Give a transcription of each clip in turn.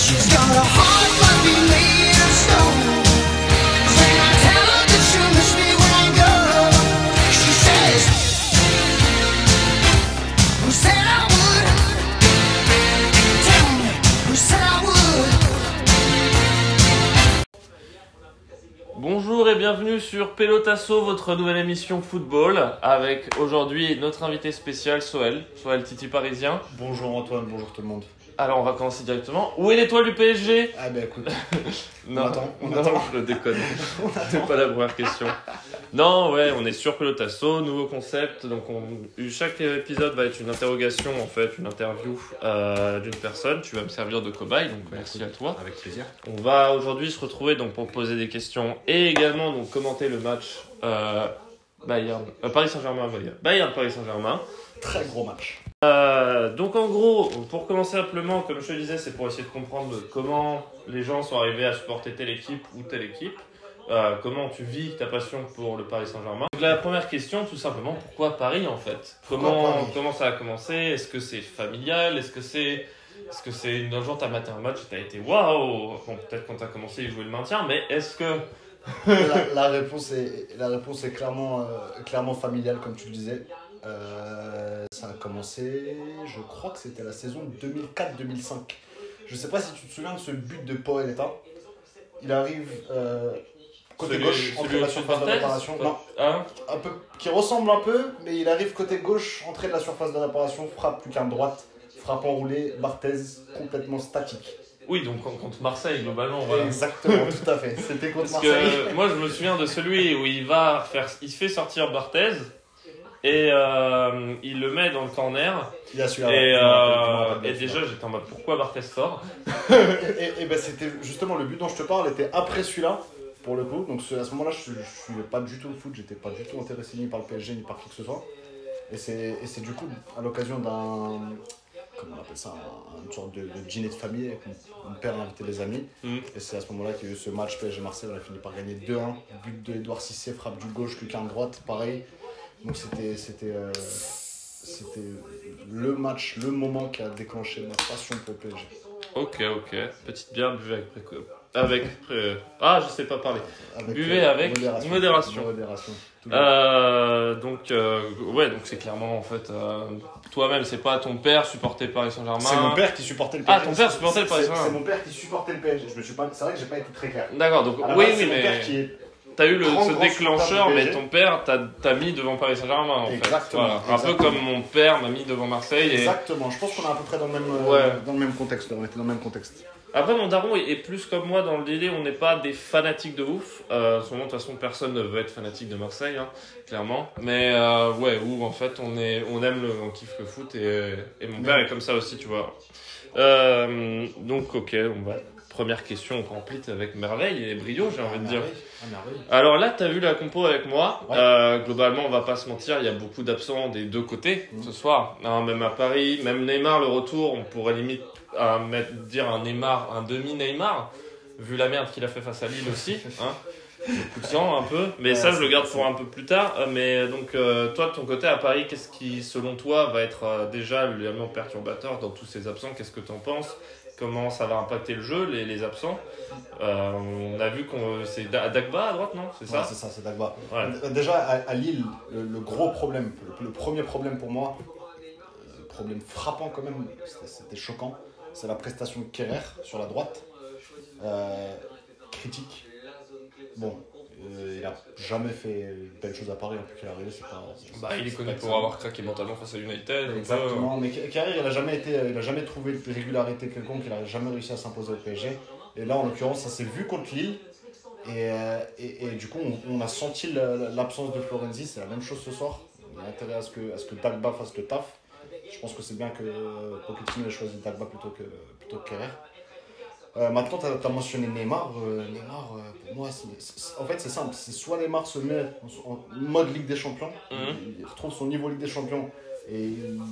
She's got a heart like be made of stone. When I tell her that she'll miss me when I go, she says, who said I would? Tell me, who said I would? Bonjour et bienvenue sur Pelotasso, votre nouvelle émission football, avec aujourd'hui notre invité spécial Soel Titi parisien. Bonjour Antoine, bonjour tout le monde. Alors on va commencer directement. Où est l'étoile du PSG? Ah ben écoute, Non, on attend. je déconne. C'est pas la première question. Non, ouais, on est sur Pelotasso, nouveau concept. Donc chaque épisode va être une interrogation, en fait, une interview d'une personne. Tu vas me servir de cobaye, donc merci à toi. Avec plaisir. On va aujourd'hui se retrouver donc pour poser des questions et également donc commenter le match Paris Saint-Germain Bayern Paris Saint-Germain. Très gros match. Donc en gros, pour commencer simplement, comme je te disais, c'est pour essayer de comprendre comment les gens sont arrivés à supporter telle équipe ou telle équipe. Comment tu vis ta passion pour le Paris Saint-Germain. Donc, la première question, tout simplement, pourquoi Paris en fait? Comment ça a commencé? Est-ce que c'est familial? Est-ce que c'est un jour t'as maté un match et t'as été waouh? Bon, peut-être quand t'as commencé à jouer le maintien, mais est-ce que... la réponse est clairement familiale, comme tu le disais. Ça a commencé, je crois que c'était la saison 2004-2005. Je sais pas si tu te souviens de ce but de Poeleta. Il arrive côté gauche, entrée de la surface de réparation. Non, un peu, qui ressemble un peu, mais il arrive côté gauche, entrée de la surface de réparation, frappe plus qu'un droite, frappe enroulée, Barthez complètement statique. Oui, donc contre Marseille, globalement. Voilà. Exactement, tout à fait. C'était contre Parce Marseille. que moi, je me souviens de celui où il se fait sortir Barthez et il le met dans le corner. Il a celui-là. Et déjà, j'étais en mode pourquoi Barthez sort? et ben c'était justement le but dont je te parle était après celui-là. Pour le coup, donc à ce moment-là, je suis pas du tout au foot, j'étais pas du tout intéressé ni par le PSG ni par qui que ce soit. Et c'est du coup à l'occasion d'un, comment on appelle ça, une sorte de dîner de famille avec mon père a invité des amis. Et c'est à ce moment-là qu'il y a eu ce match PSG-Marseille, on a fini par gagner 2-1. But de Edouard Cissé, frappe du gauche, lucarne droite, pareil. Donc c'était le match, le moment qui a déclenché ma passion pour le PSG. Ok. Petite bière buvée je sais pas parler. Buvez avec modération. Donc c'est clairement en fait toi-même, c'est pas ton père supportait le Paris Saint-Germain. C'est mon père qui supportait le PSG. Ah, ton père supportait le Paris Saint-Germain. C'est mon père qui supportait le PSG. C'est vrai que j'ai pas été très clair. D'accord, donc mais t'as eu ce déclencheur, mais ton père t'a mis devant Paris Saint-Germain en fait. Exactement. Un peu comme mon père m'a mis devant Marseille. Exactement, je pense qu'on est à peu près dans le même contexte. On était dans le même contexte. Après, mon daron est plus comme moi dans le délai, on n'est pas des fanatiques de ouf. En ce moment, de toute façon, personne ne veut être fanatique de Marseille, hein, clairement. Mais où en fait, on kiffe le foot et mon père est comme ça aussi, tu vois. Donc, ok, première question complète avec merveille et brio, j'ai envie de dire. Alors là, tu as vu la compo avec moi. Ouais. Globalement, on va pas se mentir, il y a beaucoup d'absents des deux côtés ce soir. Même à Paris, même Neymar, le retour, on pourrait limite dire un Neymar, un demi-Neymar, vu la merde qu'il a fait face à Lille aussi. Hein. Coup de sang un peu, mais ça je le garde pour un peu plus tard. Mais donc toi de ton côté à Paris, qu'est-ce qui selon toi va être déjà l'élément perturbateur dans tous ces absents? Qu'est-ce que tu en penses? Comment ça va impacter le jeu, les absents? On a vu qu'on c'est Dagba à droite, non? C'est ça? Ouais, c'est ça, c'est Dagba. Ouais. Déjà à Lille, le gros problème, le premier problème pour moi, problème frappant quand même, c'était choquant, c'est la prestation de Kerrer sur la droite. Critique. Bon, il a jamais fait une belle chose à Paris depuis qu'il est arrivé. Il est connu pour avoir craqué mentalement face à United. Exactement, mais Kerrer, il a jamais trouvé de régularité quelconque, il a jamais réussi à s'imposer au PSG. Et là, en l'occurrence, ça s'est vu contre Lille. Et du coup, on a senti l'absence de Florenzi. C'est la même chose ce soir. On a intérêt à ce que Dagba fasse le taf. Je pense que c'est bien que Pochettino ait choisi Dagba plutôt que Kerrer. Maintenant, tu as mentionné Neymar. Neymar, pour moi, en fait, c'est simple. C'est soit Neymar se met en mode Ligue des Champions, il retrouve son niveau Ligue des Champions et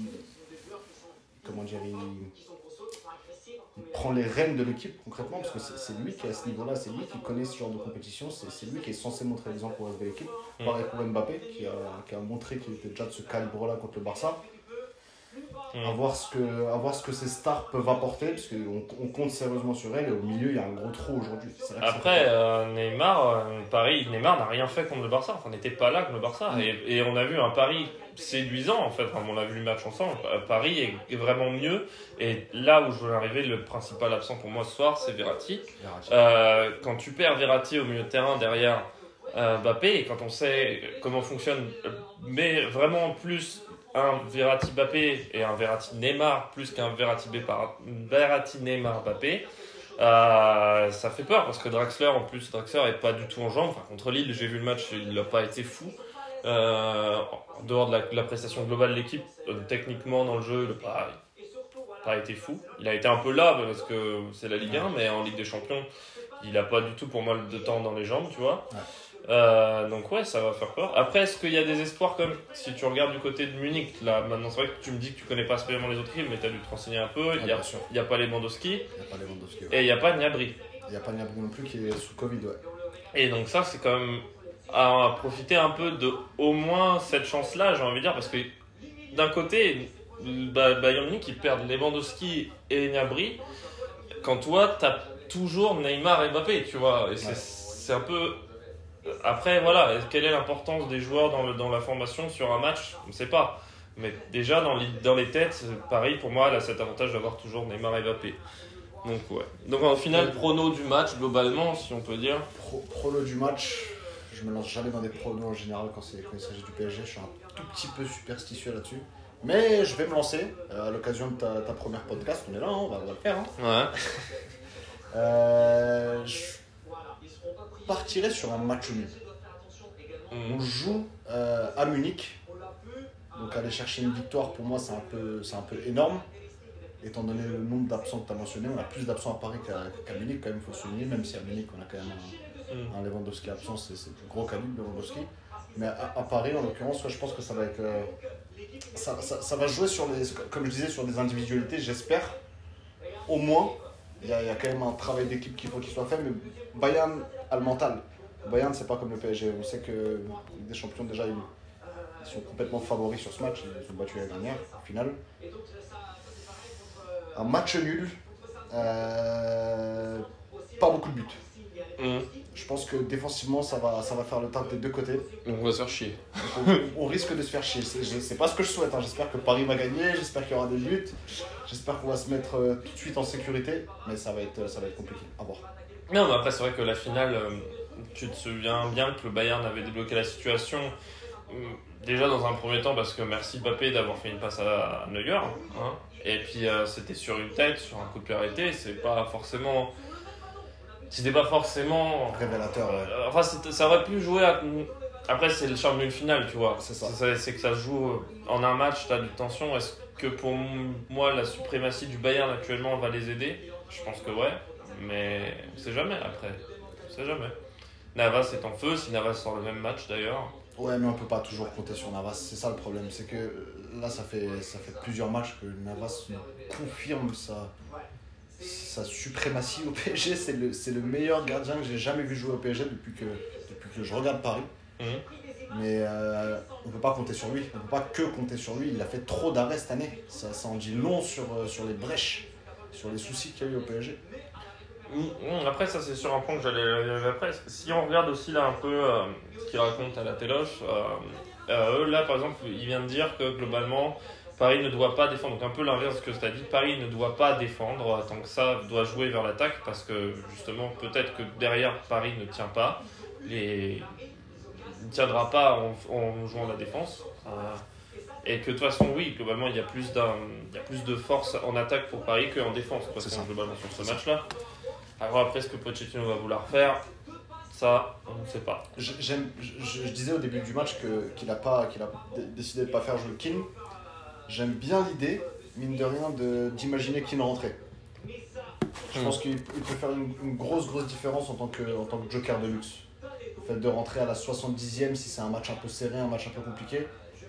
il prend les rênes de l'équipe concrètement, parce que c'est lui qui est à ce niveau-là, c'est lui qui connaît ce genre de compétition, c'est lui qui est censé montrer l'exemple au reste de l'équipe. Pareil pour Mbappé, qui a montré qu'il était déjà de ce calibre-là contre le Barça. À voir ce que ces stars peuvent apporter, parce qu'on compte sérieusement sur elles, et au milieu, il y a un gros trou aujourd'hui. C'est vrai que Après, Neymar, Paris, Neymar n'a rien fait contre le Barça. Enfin, n'était pas là contre le Barça. Et on a vu un Paris séduisant, en fait. Enfin, on a vu le match ensemble. Paris est vraiment mieux. Et là où je veux arriver, le principal absent pour moi ce soir, c'est Verratti. Quand tu perds Verratti au milieu de terrain derrière Mbappé, et quand on sait comment fonctionne, mais vraiment plus un Verratti Mbappé et un Verratti Neymar plus qu'un Verratti Neymar Mbappé, ça fait peur parce que Draxler est pas du tout en jambes. Enfin, contre Lille, j'ai vu le match, il n'a pas été fou. En dehors de la prestation globale de l'équipe, techniquement dans le jeu, il n'a pas été fou. Il a été un peu là parce que c'est la Ligue 1, mais en Ligue des Champions, il n'a pas du tout pour moi de temps dans les jambes, tu vois. Ouais. Donc ouais, ça va faire peur. Après, est-ce qu'il y a des espoirs comme si tu regardes du côté de Munich là maintenant? C'est vrai que tu me dis que tu connais pas spécialement les autres équipes, mais tu as dû te renseigner un peu. Il y a pas Lewandowski Il n'y a pas Lewandowski. et il y a pas Gnabry. Il n'y a pas Gnabry non plus qui est sous Covid, ouais. Et donc ça, c'est quand même à profiter un peu de au moins cette chance-là, j'ai envie de dire, parce que d'un côté, Bayern Munich, ils perdent Lewandowski et Gnabry, quand toi, t'as toujours Neymar et Mbappé, tu vois. Et c'est un peu... Après, voilà, quelle est l'importance des joueurs dans la formation sur un match? On ne sait pas. Mais déjà, dans les têtes, Paris, pour moi, elle a cet avantage d'avoir toujours Neymar et Mbappé. Donc, ouais. Donc, en final, prono du match, globalement, si on peut dire. Prono du match, je me lance jamais dans des pronos en général quand il s'agit du PSG. Je suis un tout petit peu superstitieux là-dessus. Mais je vais me lancer à l'occasion de ta première podcast. On est là, hein, on va le faire. Hein. Ouais. Je partirais sur un match nul. On joue à Munich. Donc aller chercher une victoire, pour moi, c'est un peu énorme. Étant donné le nombre d'absents que tu as mentionné, on a plus d'absents à Paris qu'à Munich, quand même, il faut souligner. Même si à Munich, on a quand même un Lewandowski absent, c'est du gros calibre, Lewandowski. Mais à Paris, en l'occurrence, je pense que ça va être... ça va jouer sur comme je disais, sur des individualités, j'espère. Au moins, il y a quand même un travail d'équipe qu'il faut qu'il soit fait. Mais Bayern a le mental. Bayern, c'est pas comme le PSG. On sait que les champions, déjà, ils sont complètement favoris sur ce match. Ils ont battu la dernière, au final. Un match nul. Pas beaucoup de buts. Je pense que défensivement, ça va faire le taf des deux côtés. Donc, on va se faire chier. On risque de se faire chier. C'est pas ce que je souhaite. Hein. J'espère que Paris va gagner. J'espère qu'il y aura des buts. J'espère qu'on va se mettre tout de suite en sécurité. Mais ça va être compliqué. À voir. Non, mais après, c'est vrai que la finale, tu te souviens bien que le Bayern avait débloqué la situation. Déjà dans un premier temps parce que merci Mbappé d'avoir fait une passe à Neuer. Hein. Et puis c'était sur une tête, sur un coup de pied arrêté. C'était pas forcément Révélateur, ouais. Enfin, ça aurait pu jouer à... Après, c'est le charme d'une finale, tu vois. C'est ça. C'est que ça se joue en un match, t'as de tension. Est-ce que pour moi, la suprématie du Bayern actuellement va les aider? Je pense que ouais. Mais on sait jamais après. On sait jamais. Navas est en feu, si Navas sort le même match d'ailleurs. Ouais, mais on peut pas toujours compter sur Navas. C'est ça le problème. C'est que là, ça fait plusieurs matchs que Navas confirme sa suprématie au PSG. C'est le meilleur gardien que j'ai jamais vu jouer au PSG depuis que je regarde Paris. Mais on peut pas compter sur lui. On peut pas que compter sur lui. Il a fait trop d'arrêts cette année. Ça en dit long sur les brèches, sur les soucis qu'il y a eu au PSG. Après, ça c'est sur un point que j'allais arriver après. Si on regarde aussi là un peu ce qu'ils racontent à la téloche, eux là par exemple, il vient de dire que globalement Paris ne doit pas défendre. Donc un peu l'inverse de ce que tu as dit, Paris ne doit pas défendre tant que ça doit jouer vers l'attaque parce que justement peut-être que derrière Paris ne tient pas, ne tiendra pas en jouant la défense. Et que de toute façon, oui, globalement, il y a plus de force en attaque pour Paris qu'en défense, parce que globalement sur ce match-là. Alors après, ce que Pochettino va vouloir faire, ça, on ne sait pas. Je disais au début du match qu'il a décidé de ne pas faire jouer Keane. J'aime bien l'idée, mine de rien, d'imaginer Keane rentrer. Je pense qu'il peut faire une grosse différence en tant que joker de luxe. Le fait de rentrer à la 70e, si c'est un match un peu serré, un match un peu compliqué,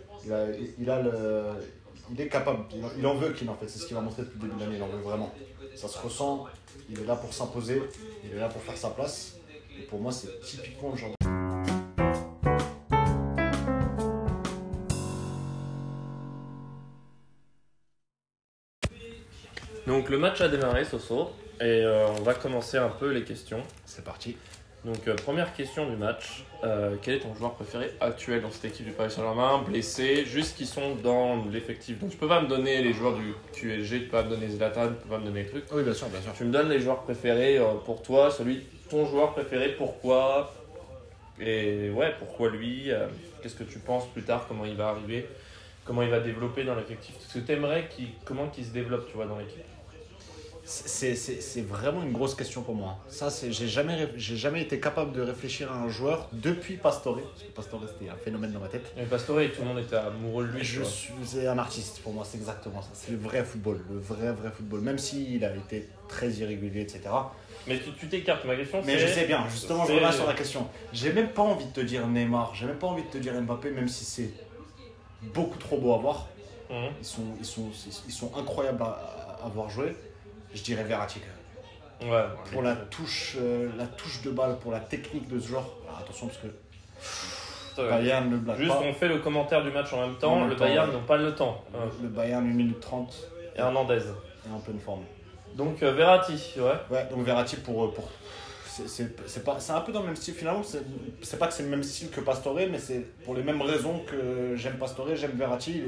il est capable, il en veut Keane en fait, c'est ce qu'il m'a montré depuis le début de l'année, il en veut vraiment. Ça se ressent, il est là pour s'imposer, il est là pour faire sa place. Et pour moi, c'est typiquement le genre de Donc le match a démarré, Soso, et on va commencer un peu les questions. C'est parti. Donc première question du match, quel est ton joueur préféré actuel dans cette équipe du Paris Saint-Germain, blessé, juste qui sont dans l'effectif. Donc tu peux pas me donner les joueurs du QSG, tu peux pas me donner Zlatan, tu peux pas me donner les trucs. Oui, bien sûr, bien sûr. Tu me donnes les joueurs préférés pour toi, ton joueur préféré, pourquoi, et ouais, pourquoi lui, qu'est-ce que tu penses plus tard, comment il va arriver, comment il va développer dans l'effectif. Est-ce que tu aimerais comment qu'il se développe, tu vois, dans l'équipe. C'est vraiment une grosse question pour moi. Ça, j'ai jamais été capable de réfléchir à un joueur depuis Pastore. Parce que Pastore, c'était un phénomène dans ma tête. Et Pastore, tout le monde était amoureux de lui. C'est un artiste pour moi, c'est exactement ça. C'est le vrai football, le vrai football. Même s'il a été très irrégulier, etc. Mais tu t'écartes, ma question Mais je sais bien, justement, je reviens sur la question. J'ai même pas envie de te dire Neymar, j'ai même pas envie de te dire Mbappé, même si c'est beaucoup trop beau à voir. Ils sont incroyables à voir jouer. Je dirais Verratti quand même. Ouais. Pour la touche de balle, pour la technique de ce joueur. Alors, attention parce que Bayern ne blague juste pas. on fait le commentaire du match en même temps. Le Bayern n'ont pas le temps. Le Bayern 1 minute 30 et Hernandez est en pleine forme. Donc Verratti, ouais. Ouais, donc Verratti pour c'est un peu dans le même style finalement. C'est pas que c'est le même style que Pastore, mais c'est pour les mêmes raisons que j'aime Pastore, j'aime Verratti.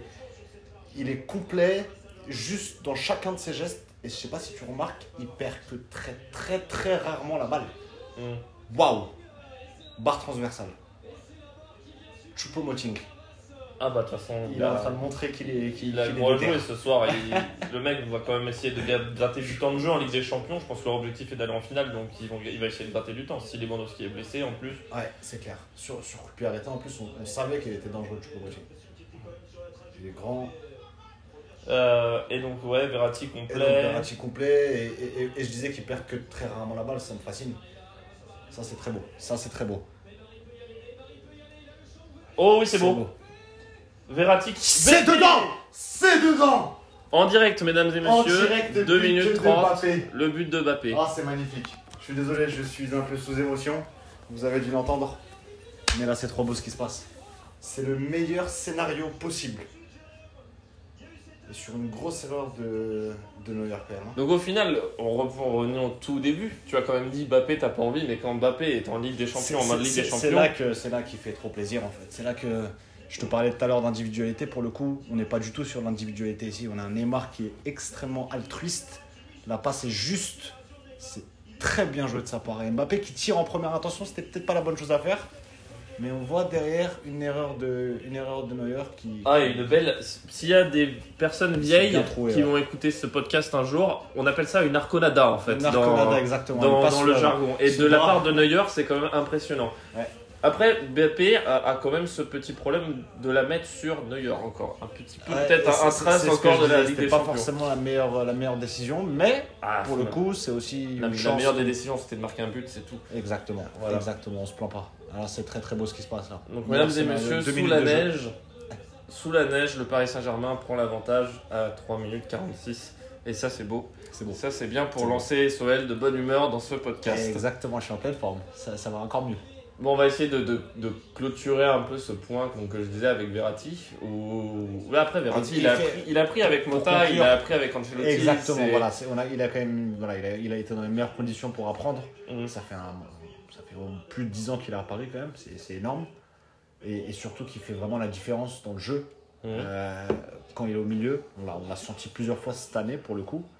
Il est complet, juste dans chacun de ses gestes. Et je sais pas si tu remarques, il perd que très rarement la balle. Waouh! Barre transversale. Choupo-Moting. Ah bah de toute façon, il est en train de montrer qu'il a rejoué ce soir. Le mec va quand même essayer de gratter du temps de jeu en Ligue des Champions. Je pense que leur objectif est d'aller en finale, donc il va essayer de gratter du temps. Si Lewandowski est blessé en plus. Ouais, c'est clair. Sur coup de pied arrêté, en plus, on savait qu'il était dangereux, Choupo-Moting. Il est grand. Et donc ouais, Verratti complet. Et je disais qu'il perd que très rarement la balle, ça me fascine. Ça c'est très beau. Oh oui, c'est beau. Verratti. C'est dedans. En direct, mesdames et messieurs. 2 minutes 30. Le but de Mbappé. Ah, c'est magnifique. Je suis désolé, je suis un peu sous émotion. Vous avez dû l'entendre. Mais là, c'est trop beau ce qui se passe. C'est le meilleur scénario possible. Sur une grosse erreur de Neuer quand même. Donc au final, on revient au tout début. Tu as quand même dit Mbappé, t'as pas envie, mais quand Mbappé est en Ligue des Champions, en mode Ligue des Champions. C'est là qu'il fait trop plaisir en fait. C'est là que je te parlais tout à l'heure d'individualité. Pour le coup, on n'est pas du tout sur l'individualité ici. On a un Neymar qui est extrêmement altruiste. La passe est juste. C'est très bien joué de sa part. Et Mbappé qui tire en première intention, c'était peut-être pas la bonne chose à faire. Mais on voit derrière une erreur de Neuer qui... Ah, et une belle... S'il y a des personnes vieilles qui vont écouter ce podcast un jour, on appelle ça une arconada en fait. Une arconada, exactement. Dans le jargon. Et de la part de Neuer, c'est quand même impressionnant. Ouais. Après, Mbappé a quand même ce petit problème de la mettre sur Neuer encore. Un petit peu, peut-être un trace encore de la Ligue des Champions. C'était pas forcément la meilleure décision, mais pour le coup, c'est aussi la meilleure des décisions, c'était de marquer un but, c'est tout. Exactement, voilà. Exactement, on se plaint pas. Alors c'est très beau ce qui se passe là. Donc mesdames et messieurs, sous la neige, le Paris Saint-Germain prend l'avantage à 3 minutes 46. Et ça c'est beau. C'est beau. Ça c'est bien pour lancer Soel de bonne humeur dans ce podcast. Exactement, je suis en pleine forme. Ça va encore mieux. Bon, on va essayer de clôturer un peu ce point que je disais avec Verratti. Après, Verratti, il a pris avec Mota, il a appris avec Ancelotti. Exactement, voilà, il a quand même, il a été dans les meilleures conditions pour apprendre. Ça fait plus de 10 ans qu'il est à Paris quand même, c'est énorme. Et surtout qu'il fait vraiment la différence dans le jeu. Quand il est au milieu, on l'a senti plusieurs fois cette année pour le coup.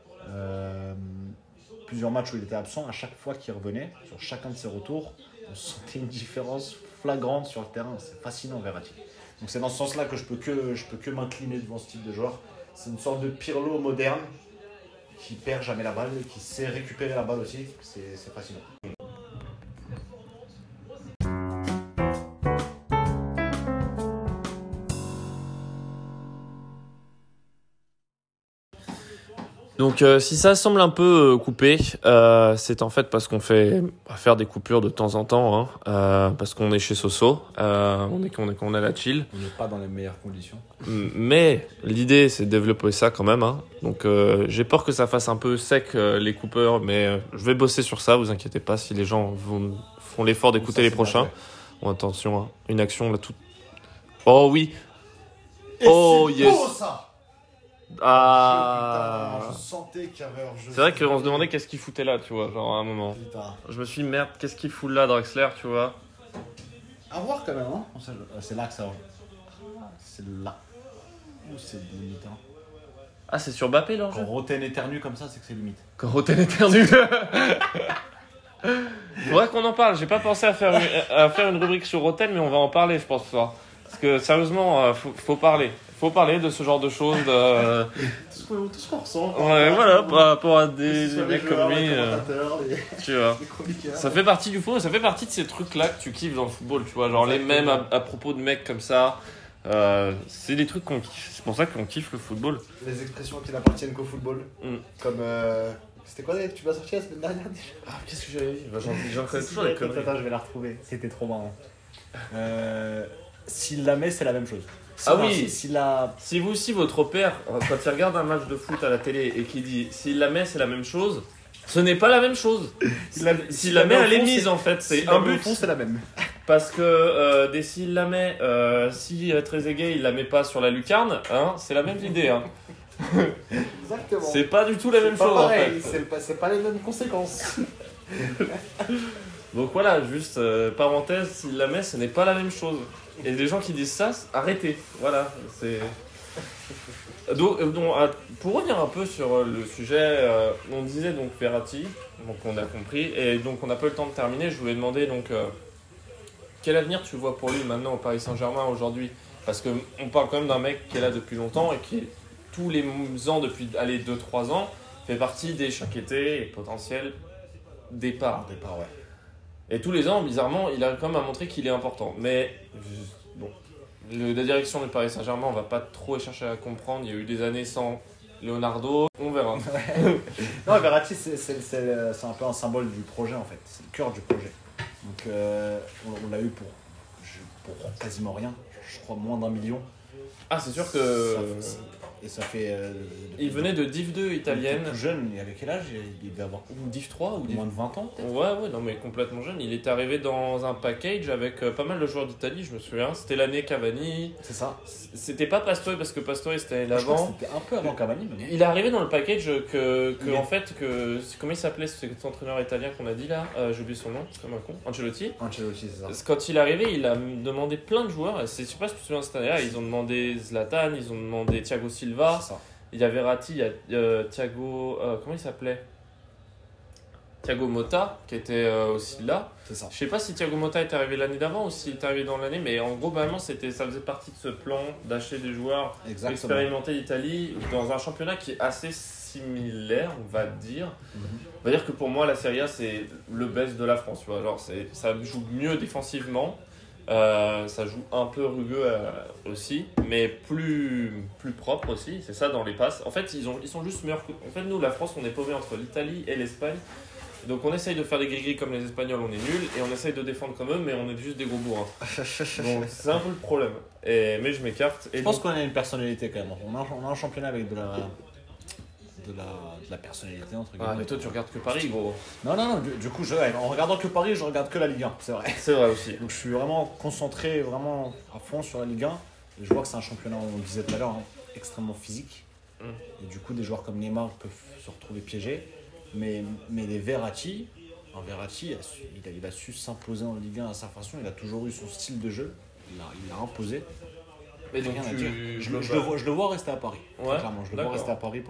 Plusieurs matchs où il était absent, à chaque fois qu'il revenait, sur chacun de ses retours, on sentait une différence flagrante sur le terrain. C'est fascinant, Verratti. Donc c'est dans ce sens-là que je peux que m'incliner devant ce type de joueur. C'est une sorte de Pirlo moderne qui perd jamais la balle, qui sait récupérer la balle aussi. C'est fascinant. Donc si ça semble un peu coupé, c'est en fait parce qu'on va faire des coupures de temps en temps, parce qu'on est chez Soso, qu'on a la chill. On n'est pas dans les meilleures conditions. Mais l'idée c'est de développer ça quand même. Donc j'ai peur que ça fasse un peu sec les coupeurs, mais je vais bosser sur ça, vous inquiétez pas si les gens font l'effort d'écouter les prochains. Bon, attention, une action là tout. Oh oui. Et oh yes. Beau, ça. Ah. Putain, je sentais qu'il y avait hors-jeu. C'est vrai qu'on se demandait qu'est-ce qu'il foutait là, tu vois, genre à un moment. Putain. Je me suis dit, merde, qu'est-ce qu'il fout là, Drexler, tu vois. À voir quand même, hein. C'est là que ça. C'est là. Ou c'est limite, hein. Ah, c'est sur Mbappé, là, Quand Roten éternue comme ça, c'est que c'est limite. Quand Roten éternue. Faudrait qu'on en parle. J'ai pas pensé à faire une rubrique sur Roten, mais on va en parler, je pense, ce soir. Parce que sérieusement, faut parler. Faut parler de ce genre de choses. Tout ce qu'on ressent. Ouais, voilà, par rapport à des Que ce soit mecs les joueurs, comme lui. les commentateurs, Tu vois. les chroniqueurs. Ça fait partie du football, ça fait partie de ces trucs-là que tu kiffes dans le football, tu vois. Genre les mêmes à propos de mecs comme ça. C'est des trucs qu'on kiffe. C'est pour ça qu'on kiffe le football. Les expressions qui n'appartiennent qu'au football. Mm. Comme. C'était quoi que tu m'as sorti la semaine dernière déjà? Ah, qu'est-ce que j'avais dit? J'en connais toujours des conneries. Attends, je vais la retrouver. C'était trop marrant. S'il la met, c'est la même chose. Ah oui. S'il la. Si vous aussi, votre père, quand il regarde un match de foot à la télé et qu'il dit s'il la met, c'est la même chose, ce n'est pas la même chose. S'il la met, elle est mise en fait. C'est un but. C'est la même. Parce que s'il la met, si Trezeguet il la met pas sur la lucarne, hein, c'est la même idée. Hein. Exactement. C'est pas du tout la même chose en fait. C'est pas les mêmes conséquences. Donc voilà, juste parenthèse, s'il la met, ce n'est pas la même chose. Et les gens qui disent ça, arrêtez. Voilà, c'est. Donc, pour revenir un peu sur le sujet, on disait donc Verratti, donc on a compris, et donc on n'a pas eu le temps de terminer. Je voulais demander donc quel avenir tu vois pour lui maintenant au Paris Saint-Germain aujourd'hui, parce que on parle quand même d'un mec qui est là depuis longtemps et qui tous les ans depuis 2-3 ans fait partie des chaque été et potentiel départ. Départ, ouais. Et tous les ans, bizarrement, il a quand même à montrer qu'il est important. Mais bon, la direction du Paris Saint-Germain, on va pas trop chercher à comprendre. Il y a eu des années sans Leonardo, on verra. Non, Verratti, c'est un peu un symbole du projet en fait. C'est le cœur du projet. Donc on l'a eu pour quasiment rien. Je crois moins d'1 million. Ah, c'est sûr que. Et ça fait. Il venait de Div 2 italienne. Tout jeune, il avait quel âge? Il devait avoir Ou Div 3 ou Div... moins de 20 ans peut-être. Ouais, non, mais complètement jeune. Il est arrivé dans un package avec pas mal de joueurs d'Italie, je me souviens. C'était l'année Cavani. C'est ça. C'était pas Pastore parce que Pastore c'était Je crois que l'avant. c'était un peu avant Cavani. Mais... Il est arrivé dans le package Il est- en fait, comment il s'appelait cet entraîneur italien qu'on a dit là? J'ai oublié son nom, c'est comme un con. Ancelotti. Ancelotti, c'est ça. Quand il est arrivé, il a demandé plein de joueurs. Je sais pas si tu te souviens de cette année-là. Ils ont demandé Zlatan, ils ont demandé Thiago Silva. C'est ça. Il y a Verratti, il y a Thiago. Comment il s'appelait? Thiago Motta, qui était aussi là. C'est ça. Je sais pas si Thiago Motta est arrivé l'année d'avant ou s'il est arrivé dans l'année, mais en gros, globalement, ça faisait partie de ce plan d'acheter des joueurs Exactement. expérimentés d'Italie dans un championnat qui est assez similaire, on va dire. On va dire que pour moi, la Serie A, c'est le best de la France. Tu vois. Genre, ça joue mieux défensivement. Ça joue un peu rugueux aussi, mais plus propre aussi, c'est ça dans les passes. En fait, ils sont juste meilleurs. En fait, nous, la France, on est paumé entre l'Italie et l'Espagne. Donc, on essaye de faire des gris-gris comme les Espagnols, on est nuls, et on essaye de défendre comme eux, mais on est juste des gros bourrins. Donc, c'est un peu le problème. Mais je m'écarte. Je pense qu'on a une personnalité quand même. On a un championnat avec de la personnalité entre guillemets. Ah, mais toi, tu regardes que Paris, gros. Non, du coup, en regardant que Paris, je regarde que la Ligue 1, c'est vrai. C'est vrai aussi. Donc je suis vraiment concentré, vraiment à fond sur la Ligue 1. Et je vois que c'est un championnat, on le disait tout à l'heure, hein, extrêmement physique. Et du coup, des joueurs comme Neymar peuvent se retrouver piégés. Mais les Verratti, il a su s'imposer en Ligue 1 à sa façon. Il a toujours eu son style de jeu. Il a imposé. Mais donc, Rien à dire. Je le vois rester à Paris. Ouais, Clairement, je le vois d'accord. rester à Paris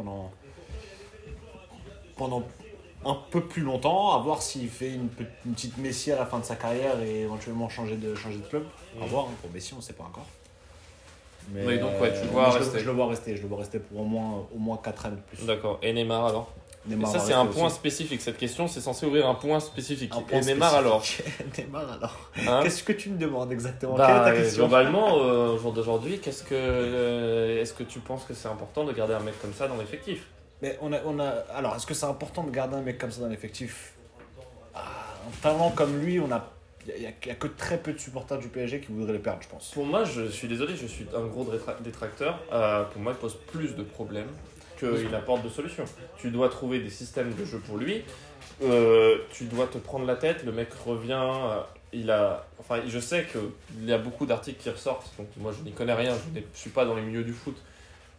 pendant un peu plus longtemps, à voir s'il fait une petite Messi à la fin de sa carrière et éventuellement changer de club. À voir, hein, pour Messi, on ne sait pas encore. Mais, Oui, donc, ouais, tu le vois rester. Je le vois rester pour au moins 4 années de plus. D'accord. Et Neymar alors? Neymar Et ça, va c'est un rester point aussi. spécifique. Cette question, c'est censé ouvrir un point spécifique. Un point Et Neymar alors? spécifique. Neymar alors. Hein? Qu'est-ce que tu me demandes exactement? Bah, Quelle est ta question? globalement, au jour d'aujourd'hui, est-ce que tu penses que c'est important de garder un mec comme ça dans l'effectif? Mais alors, est-ce que c'est important de garder un mec comme ça dans l'effectif? Un talent comme lui, il y a que très peu de supporters du PSG qui voudraient le perdre, je pense. Pour moi, je suis désolé, je suis un gros détracteur. Pour moi, il pose plus de problèmes qu'il apporte de solutions. Tu dois trouver des systèmes de jeu pour lui. Tu dois te prendre la tête. Le mec revient. Je sais qu'il y a beaucoup d'articles qui ressortent. Donc moi, je n'y connais rien. Je ne suis pas dans les milieux du foot.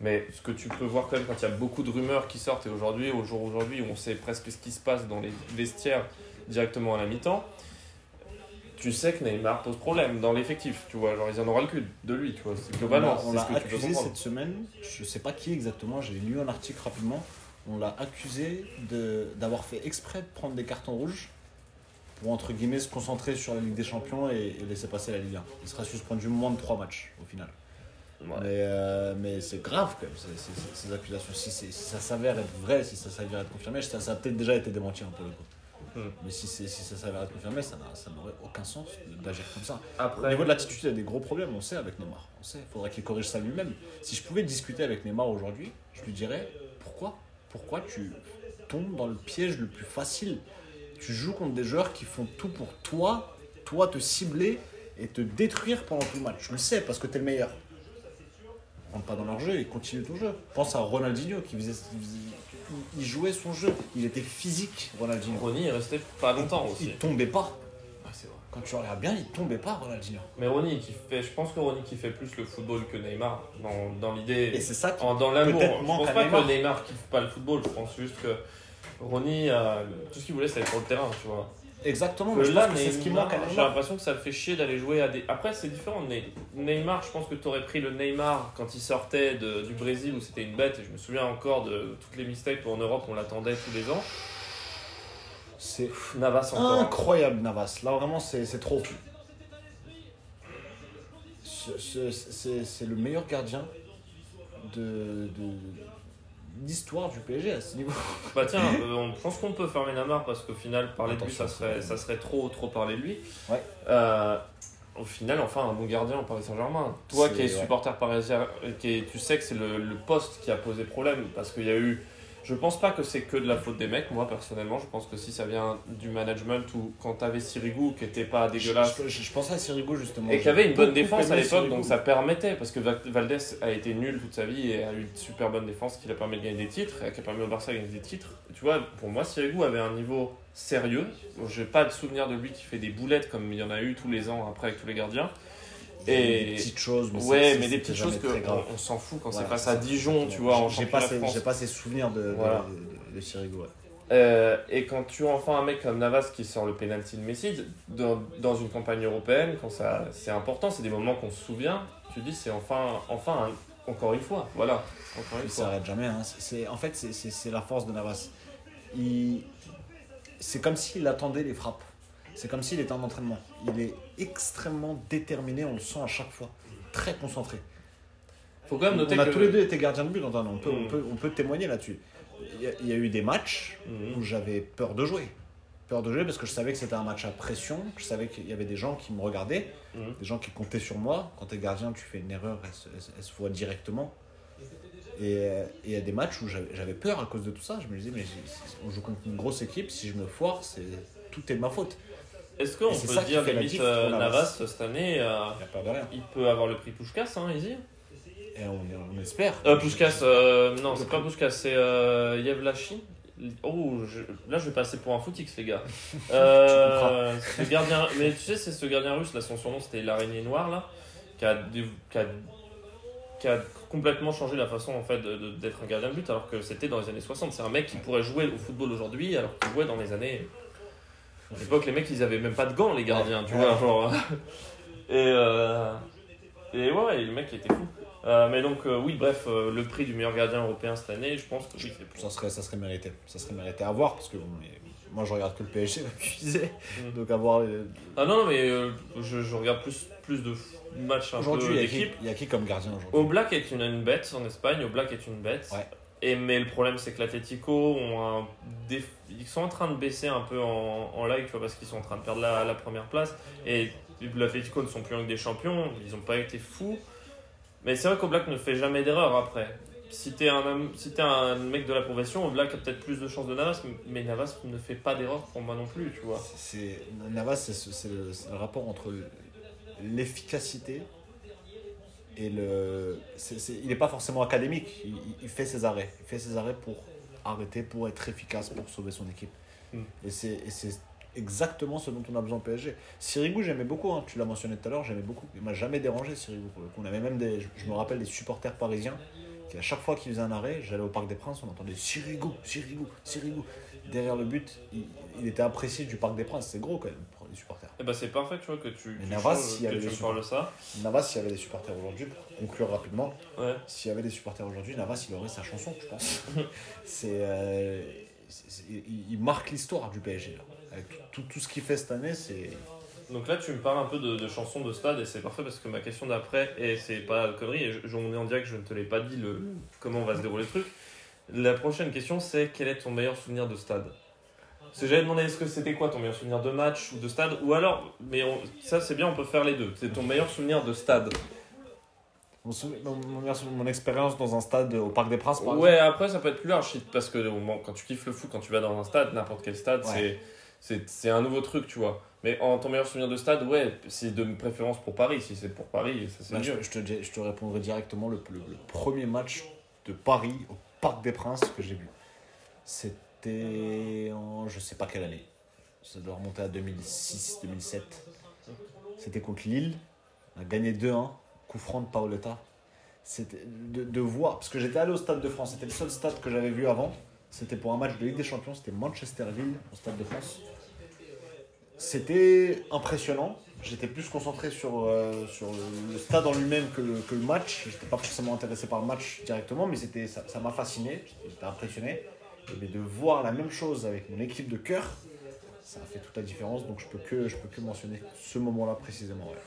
Mais ce que tu peux voir quand même quand il y a beaucoup de rumeurs qui sortent, et aujourd'hui, au jour d'aujourd'hui, où on sait presque ce qui se passe dans les vestiaires directement à la mi-temps, tu sais que Neymar pose problème dans l'effectif, tu vois, genre ils en auront le cul de lui, tu vois, c'est globalement, On c'est l'a ce que tu peux accusé comprendre. cette semaine, je sais pas qui exactement, j'ai lu un article rapidement, on l'a accusé d'avoir fait exprès de prendre des cartons rouges pour entre guillemets se concentrer sur la Ligue des Champions et laisser passer la Ligue 1. Il sera suspendu moins de 3 matchs au final. Ouais. Mais c'est grave quand même, ces accusations. Si ça s'avère être vrai, si ça s'avère être confirmé, ça a peut-être déjà été démenti pour le coup. Mais si ça s'avère être confirmé, ça n'aurait aucun sens d'agir comme ça. Au Après, niveau de l'attitude, il y a des gros problèmes, on sait, avec Neymar. On sait, il faudrait qu'il corrige ça lui-même. Si je pouvais discuter avec Neymar aujourd'hui, je lui dirais pourquoi tu tombes dans le piège le plus facile. Tu joues contre des joueurs qui font tout pour toi te cibler et te détruire pendant tout le match. Tu le sais parce que tu es le meilleur. Rentre pas dans leur jeu et continue ton jeu. Pense à Ronaldinho il jouait son jeu. Il était physique, Ronaldinho. Ronny est resté pas longtemps aussi. Il tombait pas. Ouais, c'est vrai. Quand tu regardes bien, il tombait pas, Ronaldinho. Mais je pense que Ronny qui fait plus le football que Neymar, dans l'idée, Et c'est ça qui dans l'amour. peut-être Je manque pense à pas Neymar. que Neymar kiffe pas le football, je pense juste que Ronny, tout ce qu'il voulait c'était être sur le terrain, tu vois. Exactement, Que mais je là, pense que c'est ce qui Neymar, manque à j'ai Neymar. l'impression que ça le fait chier d'aller jouer à des. Après, c'est différent. Neymar, je pense que tu aurais pris le Neymar quand il sortait du Brésil où c'était une bête. Et je me souviens encore de toutes les mixtapes en Europe, on l'attendait tous les ans. C'est Navas encore. incroyable, Navas. Là, vraiment, c'est trop. C'est le meilleur gardien d'histoire du PSG à ce niveau. Bah tiens, je pense qu'on peut fermer Neymar parce qu'au final, parler de lui, Attention, ça serait trop parler de lui. Ouais. Au final, enfin, un bon gardien au Paris Saint-Germain. Toi qui es Ouais. supporter parisien, tu sais que c'est le poste qui a posé problème parce qu'il y a eu. Je pense pas que c'est que de la faute des mecs, moi personnellement. Je pense que si ça vient du management ou quand t'avais Sirigu qui était pas dégueulasse Je pensais à Sirigu justement. et qui avait une bonne Beaucoup défense à aimé l'époque, Sirigu. donc ça permettait parce que Valdés a été nul toute sa vie et a eu une super bonne défense qui lui a permis de gagner des titres et qui a permis au Barça de gagner des titres. Tu vois, pour moi, Sirigu avait un niveau sérieux. J'ai pas de souvenir de lui qui fait des boulettes comme il y en a eu tous les ans après avec tous les gardiens. Des Et petites choses, mais ouais, c'est- mais des c'était petites jamais choses très grave. on s'en fout quand Voilà, c'est face c'est à ça. Dijon, tu vois, en J'ai championnat pas, de France. j'ai pas ces souvenirs Voilà. de Sirigu. Ouais. Et quand tu as enfin un mec comme Navas qui sort le penalty de Messi dans une campagne européenne, quand c'est important, c'est des moments qu'on se souvient. Tu dis c'est encore une fois, voilà, encore une Il fois. s'arrête jamais. Hein. En fait, c'est la force de Navas. C'est comme s'il attendait les frappes. C'est comme s'il était en entraînement. Il est extrêmement déterminé, on le sent à chaque fois. Très concentré. Faut quand même noter On a que tous les deux été gardiens de but, Antoine. Mm. On peut témoigner là-dessus. Il y a eu des matchs Mhm. où j'avais peur de jouer. Peur de jouer parce que je savais que c'était un match à pression. Je savais qu'il y avait des gens qui me regardaient, Mhm. des gens qui comptaient sur moi. Quand tu es gardien, tu fais une erreur, elle se voit directement. Et il y a des matchs où j'avais peur à cause de tout ça. Je me disais, mais on joue contre une grosse équipe. Si je me foire, tout est de ma faute. Est-ce qu'on Et c'est peut ça qui dire fait la limite diff pour Navas Navas. cette année, Il n'y a pas de rien. il peut avoir le prix Puskás, hein, easy. Et on espère. Puskás, non, c'est pas Puskás, c'est Yevlachi. Oh, là je vais passer pour un footix, les gars. C'est le gardien, mais tu sais, c'est ce gardien russe, là, son surnom c'était l'araignée noire, là, qui a complètement changé la façon en fait d'être un gardien de but, alors que c'était dans les années 60. C'est un mec qui pourrait jouer au football aujourd'hui, alors qu'il jouait dans les années. À l'époque, les mecs ils avaient même pas de gants, les gardiens, tu vois, genre. Et ouais, le mec il était fou. Mais donc, oui, bref, le prix du meilleur gardien européen cette année, je pense que oui, c'est plus. Ça serait mérité. Ça serait mérité à voir parce que moi je regarde que le PSG, comme tu disais. Mm. Donc à voir. Ah non, mais je regarde plus de matchs un Aujourd'hui, peu il d'équipe. y a qui comme gardien aujourd'hui? Oblak est une bête en Espagne, Oblak est une bête. Ouais. Mais le problème c'est que l'Atlético ils sont en train de baisser un peu en live, tu vois, parce qu'ils sont en train de perdre la première place. Et l'Atlético ne sont plus en Ligue des Champions, ils n'ont pas été fous. Mais c'est vrai qu'Oblak ne fait jamais d'erreur après. Si t'es un mec de la profession, Oblak a peut-être plus de chances de Navas, mais Navas ne fait pas d'erreur pour moi non plus, tu vois. Navas, c'est le rapport entre l'efficacité et il n'est pas forcément académique. Il fait ses arrêts. Il fait ses arrêts pour arrêter, pour être efficace, pour sauver son équipe. Mm. Et c'est exactement ce dont on a besoin au PSG. Sirigu, j'aimais beaucoup, hein, tu l'as mentionné tout à l'heure, j'aimais beaucoup. Il m'a jamais dérangé, Sirigu, pour le coup. On avait même je me rappelle des supporters parisiens À chaque fois qu'il faisait un arrêt, j'allais au Parc des Princes, on entendait Sirigu, Sirigu, Sirigu. Derrière le but, il était apprécié du Parc des Princes. C'est gros quand même pour les supporters. Et bah c'est parfait, tu vois, que tu Navas, changes, s'il y que avait tu des me parles de ça. Navas, s'il y avait des supporters aujourd'hui, pour conclure rapidement, Ouais. s'il y avait des supporters aujourd'hui, Navas, il aurait sa chanson, je pense. Il marque l'histoire du PSG. Là. Avec tout ce qu'il fait cette année, c'est. Donc là, tu me parles un peu de chansons de stade et c'est parfait parce que ma question d'après, et c'est pas de connerie, et on est en direct, je ne te l'ai pas dit comment va se dérouler le truc. La prochaine question, c'est quel est ton meilleur souvenir de stade? Parce que j'avais demandé est-ce que c'était quoi ton meilleur souvenir de match ou de stade, ou alors, mais ça c'est bien, on peut faire les deux. C'est ton meilleur souvenir de stade. Mon expérience dans un stade au Parc des Princes, par Ouais, exemple. après ça peut être plus large parce que bon, quand tu kiffes le foot, quand tu vas dans un stade, n'importe quel stade, Ouais. c'est un nouveau truc, tu vois. Mais en ton meilleur souvenir de stade, ouais, c'est de préférence pour Paris. Si c'est pour Paris, ça c'est Là, mieux. je te répondrai directement le premier match de Paris au Parc des Princes que j'ai vu. C'était en je sais pas quelle année. Ça doit remonter à 2006-2007. C'était contre Lille. On a gagné 2-1. Coup franc de Paoletta. C'était de voir, parce que j'étais allé au Stade de France. C'était le seul stade que j'avais vu avant. C'était pour un match de Ligue des Champions. C'était Manchester-Ville au Stade de France. C'était impressionnant. J'étais plus concentré sur le stade en lui-même que le match. J'étais pas forcément intéressé par le match directement, mais ça m'a fasciné. J'étais impressionné. Mais de voir la même chose avec mon équipe de cœur, ça a fait toute la différence. Donc je peux que mentionner ce moment-là précisément. Ouais.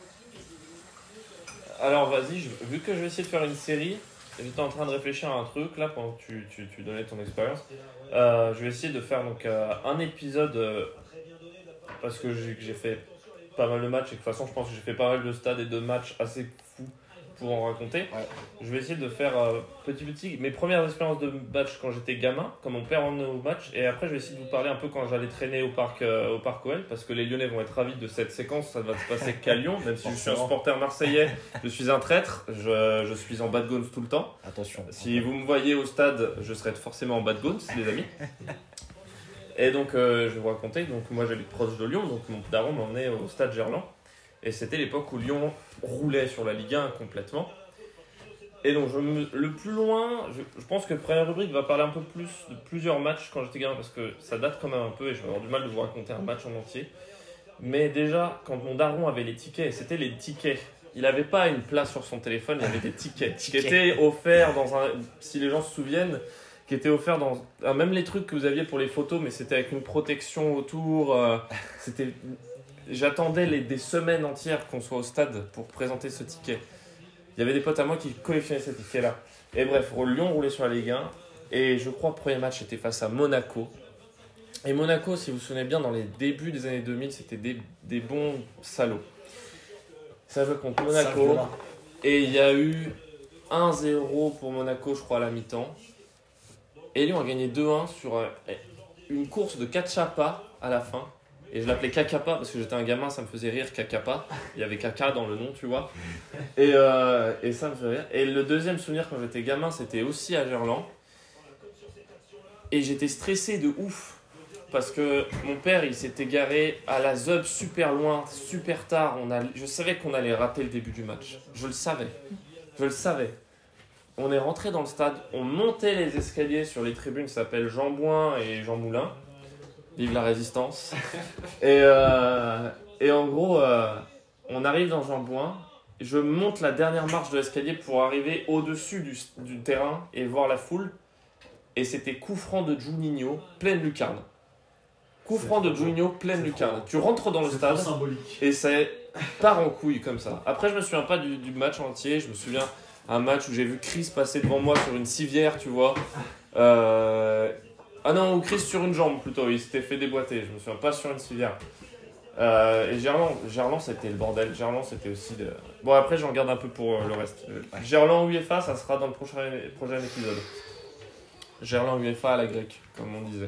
Alors vas-y, vu que je vais essayer de faire une série, j'étais en train de réfléchir à un truc là pendant que tu donnais ton expérience. Je vais essayer de faire donc un épisode parce que j'ai fait pas mal de matchs et que de toute façon je pense que j'ai fait pas mal de stades et de matchs assez fous pour en raconter. Ouais. Je vais essayer de faire petit mes premières expériences de match quand j'étais gamin, quand mon père emmenait au match, et après je vais essayer de vous parler un peu quand j'allais traîner au parc OL, parce que les Lyonnais vont être ravis de cette séquence. Ça va se passer qu'à Lyon, même si je suis un supporter marseillais, je suis un traître, je suis en bad gowns tout le temps. Attention. Si vous me voyez au stade, je serai forcément en bad gowns, les amis. Et donc je vais vous raconter, donc moi j'habite proche de Lyon, donc mon daron m'emmenait au stade Gerland. Et c'était l'époque où Lyon roulait sur la Ligue 1 complètement. Et donc, le plus loin, je pense que la première rubrique va parler un peu plus de plusieurs matchs quand j'étais gamin, parce que ça date quand même un peu et je vais avoir du mal de vous raconter un match en entier. Mais déjà, quand mon daron avait les tickets, c'était les tickets. Il n'avait pas une place sur son téléphone, il avait des tickets qui étaient offerts dans un. Si les gens se souviennent, qui étaient offerts dans. Même les trucs que vous aviez pour les photos, mais c'était avec une protection autour. C'était. J'attendais des semaines entières qu'on soit au stade pour présenter ce ticket. Il y avait des potes à moi qui collectionnaient ces tickets-là. Et bref, Lyon roulait sur la Ligue 1. Et je crois que le premier match était face à Monaco. Et Monaco, si vous vous souvenez bien, dans les débuts des années 2000, c'était des bons salauds. Ça jouait contre Monaco. Et il y a eu 1-0 pour Monaco, je crois, à la mi-temps. Et Lyon a gagné 2-1 sur une course de Cachapa à la fin. Et je l'appelais Kakapa parce que j'étais un gamin, ça me faisait rire Kakapa. Il y avait Kaka dans le nom, tu vois. Et ça me fait rire. Et le deuxième souvenir quand j'étais gamin, c'était aussi à Gerland. Et j'étais stressé de ouf. Parce que mon père, il s'était garé à la ZUB super loin, super tard. Je savais qu'on allait rater le début du match. Je le savais. On est rentré dans le stade, on montait les escaliers sur les tribunes, ça s'appelle Jean Bouin et Jean Moulin. Vive la résistance. Et en gros, on arrive dans Jean Bouin. Je monte la dernière marche de l'escalier pour arriver au-dessus du terrain et voir la foule. Et c'était coup franc de Juninho, pleine lucarne. Coup franc de Juninho, pleine lucarne. Tu rentres dans le stade et ça part en couille comme ça. Après, je me souviens pas du match entier. Je me souviens un match où j'ai vu Chris passer devant moi sur une civière, tu vois. Ah non, ou Chris sur une jambe plutôt, il s'était fait déboîter, je me souviens pas sur une civière. Et Gerland c'était le bordel, Gerland c'était aussi de... Bon après j'en garde un peu pour le reste. Gerland UEFA, ça sera dans le prochain épisode. Gerland UEFA à la grecque, comme on disait.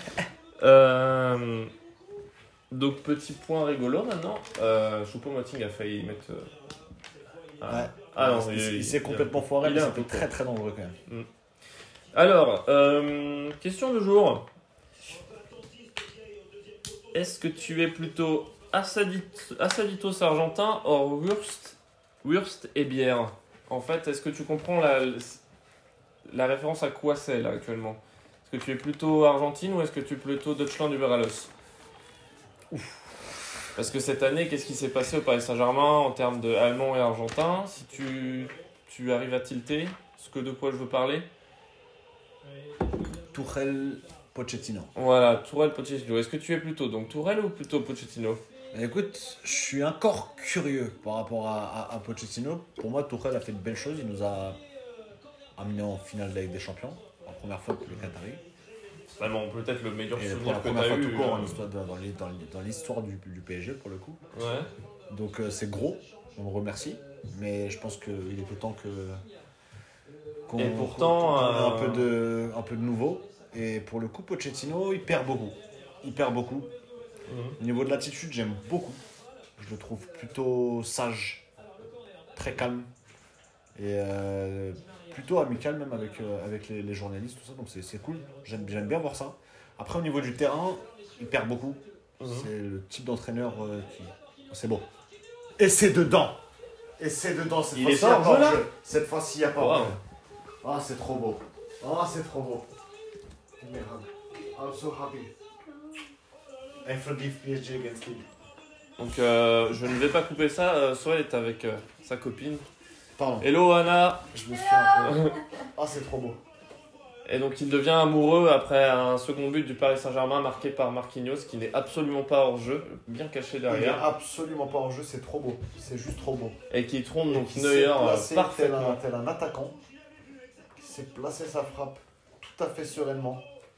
Donc petit point rigolo maintenant, Choupo-Moting a failli mettre... Ouais. Ah non, il s'est complètement foiré, il mais est un c'était peu très très dangereux quand même. Alors, question du jour. Est-ce que tu es plutôt Asaditos argentin ou Wurst et bière? En fait, est-ce que tu comprends la référence à quoi c'est là actuellement? Est-ce que tu es plutôt Argentine ou est-ce que tu es plutôt Deutschland über alles? Parce que cette année, qu'est-ce qui s'est passé au Paris Saint-Germain en termes de allemand et argentin? Si tu arrives à tilter de quoi je veux parler? Tuchel, Pochettino. Voilà, Tourelle, Pochettino. Est-ce que tu es plutôt donc Tourelle ou plutôt Pochettino? Écoute, je suis encore curieux par rapport à Pochettino. Pour moi, Tuchel a fait de belles choses. Il nous a amené en finale de la Ligue des Champions, la première fois pour les Qataris. C'est vraiment peut-être le meilleur Et pour souvenir la que première tu fois as tout eu. court dans l'histoire du PSG pour le coup. Ouais. Donc c'est gros, on le remercie. Mais je pense qu'il est temps Et pourtant, qu'on ait un peu de nouveau. Et pour le coup, Pochettino, il perd beaucoup. Au niveau de l'attitude, j'aime beaucoup. Je le trouve plutôt sage, très calme et plutôt amical même avec les journalistes, tout ça. Donc c'est cool, j'aime bien voir ça. Après, au niveau du terrain, il perd beaucoup. C'est le type d'entraîneur qui... C'est beau. Et c'est dedans. Cette fois-ci, il n'y a pas de jeu. Cette fois-ci, il n'y a pas de jeu. Ah, c'est trop beau. Merde. I'm so happy. I forgive PSG against Lille. Donc je ne vais pas couper ça. Soel est avec sa copine. Pardon. Hello Anna. Je me suis un peu... Ah, c'est trop beau. Et donc il devient amoureux après un second but du Paris Saint-Germain marqué par Marquinhos qui n'est absolument pas hors jeu, bien caché Il est derrière. absolument pas en jeu, c'est trop beau. C'est juste trop beau. Et qui trompe donc Qui Neuer s'est placé parfaitement. tel un attaquant. Qui s'est placé sa frappe tout à fait sereinement.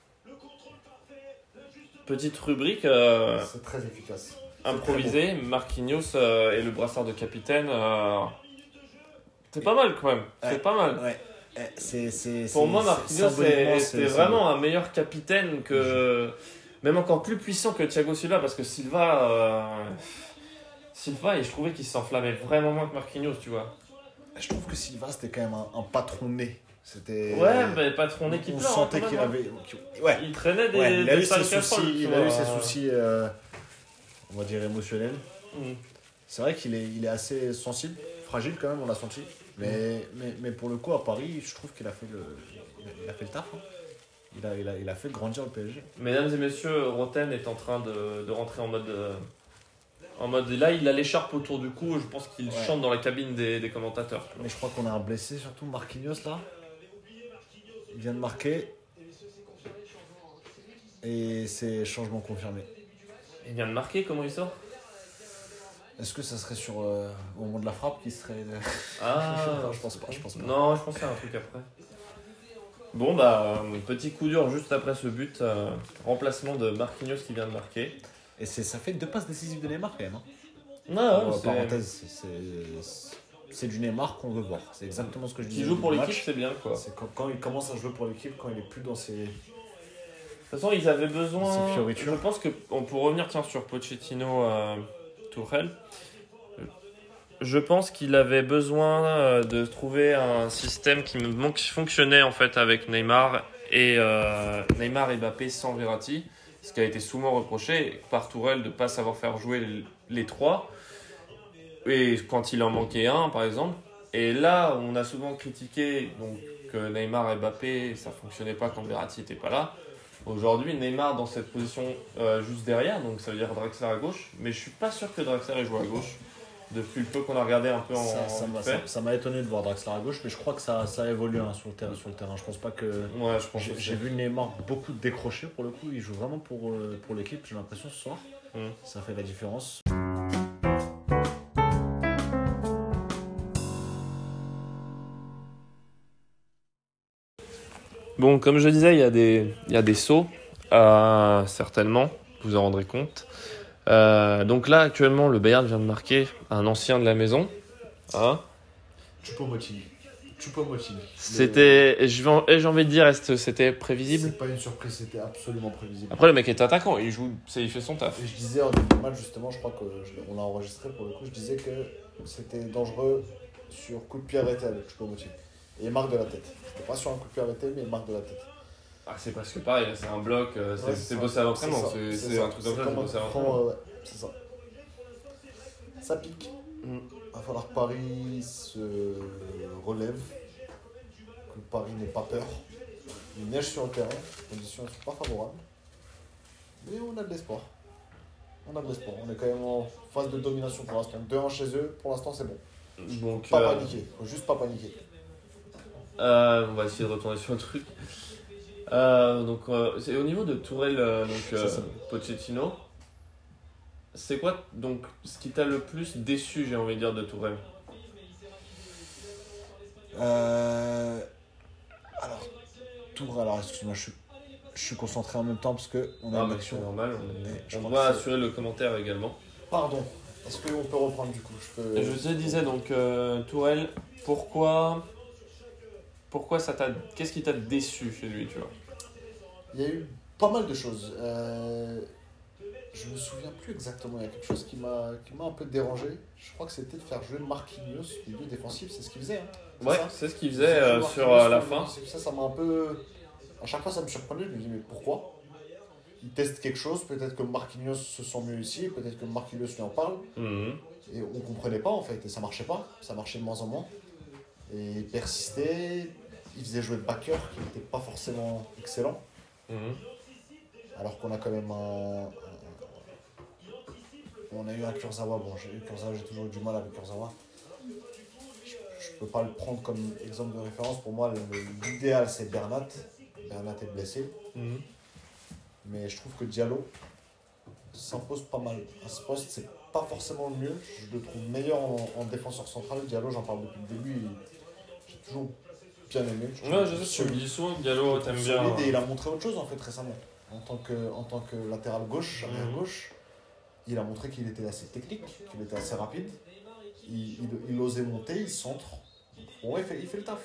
Petite rubrique C'est très efficace. improvisée, Marquinhos et le brassard de capitaine. C'est pas mal quand même, c'est pas mal. Ouais. Pour moi, Marquinhos c'est vraiment un meilleur capitaine que... Même encore plus puissant que Thiago Silva, parce que Silva, et je trouvais qu'il s'enflammait vraiment moins que Marquinhos, tu vois. Je trouve que Silva, c'était quand même un patron né. C'était... Ouais, mais patron qui On pleure. sentait qu'il avait... Ouais. Il traînait des, Ouais, il a eu sales ses casseroles, soucis, tu il a eu vois. ses soucis on va dire émotionnels. Mm. C'est vrai qu'il est assez sensible, fragile quand même, on l'a senti. Mais pour le coup, à Paris, je trouve qu'il a fait le taf. Hein. Il a fait grandir le PSG. Mesdames et messieurs, Roten est en train de rentrer en mode. Là, il a l'écharpe autour du cou. Je pense qu'il chante dans la cabine des commentateurs. Mais je crois qu'on a un blessé, surtout Marquinhos là. Il vient de marquer. Et c'est changement confirmé. Il vient de marquer. Comment il sort? Est-ce que ça serait au moment de la frappe qui serait... Ah, non, je pense pas. Non, je pensais à un truc après. Bon, bah, petit coup dur juste après ce but. Remplacement de Marquinhos qui vient de marquer. Et ça fait 2 passes décisives de Neymar quand même. Hein. Non, Parenthèse, c'est du Neymar qu'on veut voir. C'est exactement ce que je disais. Qui joue pour du l'équipe, match. c'est bien quoi. C'est quand il commence à jouer pour l'équipe, quand il est plus dans ses... De toute façon, ils avaient besoin. C'est fioritures. Je pense qu'on peut revenir sur Pochettino Tourelle. Je pense qu'il avait besoin de trouver un système qui fonctionnait en fait avec Neymar et Mbappé sans Verratti, ce qui a été souvent reproché par Tourelle de ne pas savoir faire jouer les trois. Et quand il en manquait un, par exemple. Et là, on a souvent critiqué donc, que Neymar et Mbappé, ça fonctionnait pas quand Verratti n'était pas là. Aujourd'hui, Neymar dans cette position juste derrière, donc ça veut dire Draxler à gauche. Mais je suis pas sûr que Draxler ait joué à gauche. Depuis le peu qu'on a regardé un peu Ça m'a étonné de voir Draxler à gauche, mais je crois que ça a évolué sur le terrain. Je pense pas que... Ouais, je pense J'ai vu Neymar beaucoup décrocher pour le coup. Il joue vraiment pour l'équipe, j'ai l'impression, ce soir. Ça fait la différence. Bon, comme je disais, il y a des sauts, certainement, vous vous en rendrez compte. Donc là, actuellement, le Bayern vient de marquer un ancien de la maison. Hein. Choupo-Moting. J'ai envie de dire, c'était prévisible. C'est pas une surprise, c'était absolument prévisible. Après, le mec est attaquant, il fait son taf. Et je disais en début de match, justement, je crois qu'on l'a enregistré pour le coup, je disais que c'était dangereux sur coup de pied arrêté avec Choupo-Moting. Et il marque de la tête. C'était pas sur un coup de pied arrêté, mais il marque de la tête. Ah, c'est parce que pareil, c'est un bloc, c'est bossé à l'entraînement, c'est un truc comme ça, c'est bossé à l'entraînement. Ouais, c'est ça. Ça pique. Va falloir que Paris se relève. que Paris n'ait pas peur. Il neige sur le terrain, les conditions ne sont pas favorables. Mais on a de l'espoir. On a de l'espoir. On est quand même en phase de domination pour l'instant. 2-1 chez eux, pour l'instant c'est bon. Donc, Pas paniquer, faut juste pas paniquer. on va essayer de retourner sur le truc. C'est au niveau de Tourelle, Ça, c'est bon. Pochettino. C'est quoi donc ce qui t'a le plus déçu, j'ai envie de dire, de Tourelle? Alors, alors excuse-moi, je suis concentré en même temps parce qu'on a Ah, une mais action. c'est normal, Je on crois doit que c'est- assurer le commentaire également. Pardon, est-ce qu'on peut reprendre du coup Et je te disais donc, Tourelle, pourquoi ça t'a. Qu'est-ce qui t'a déçu chez lui, tu vois? Il y a eu pas mal de choses. Je me souviens plus exactement. Il y a quelque chose qui m'a un peu dérangé. Je crois que c'était de faire jouer Marquinhos, milieu défensif, c'est ce qu'il faisait. Hein. C'est Ouais, ça c'est ce qu'il Il faisait jouer sur Marquinhos, la milieu fin. défensif. Ça m'a un peu. À chaque fois, ça me surprenait. Je me dis, mais pourquoi? Il teste quelque chose. Peut-être que Marquinhos se sent mieux ici. Peut-être que Marquinhos lui en parle. Mhm. Et on comprenait pas en fait. Et ça marchait pas. Ça marchait de moins en moins. Et il persistait. Il faisait jouer le backer qui n'était pas forcément excellent. Mhm. Alors qu'on a quand même on a eu un Kurzawa. Bon, Kurzawa, j'ai toujours eu du mal avec Kurzawa. Je peux pas le prendre comme exemple de référence. Pour moi, l'idéal, c'est Bernat. Bernat est blessé. Mhm. Mais je trouve que Diallo s'impose pas mal. À ce poste, c'est pas forcément le mieux. Je le trouve meilleur en défenseur central. Diallo, j'en parle depuis le début. J'ai toujours bien aimé. Ouais, je sais, tu me dis souvent que Diallo, t'aimes bien. Solide, et il a montré autre chose en fait récemment. En tant que latéral gauche, arrière gauche, il a montré qu'il était assez technique, qu'il était assez rapide. Il osait monter, il centre. Bon, il fait le taf.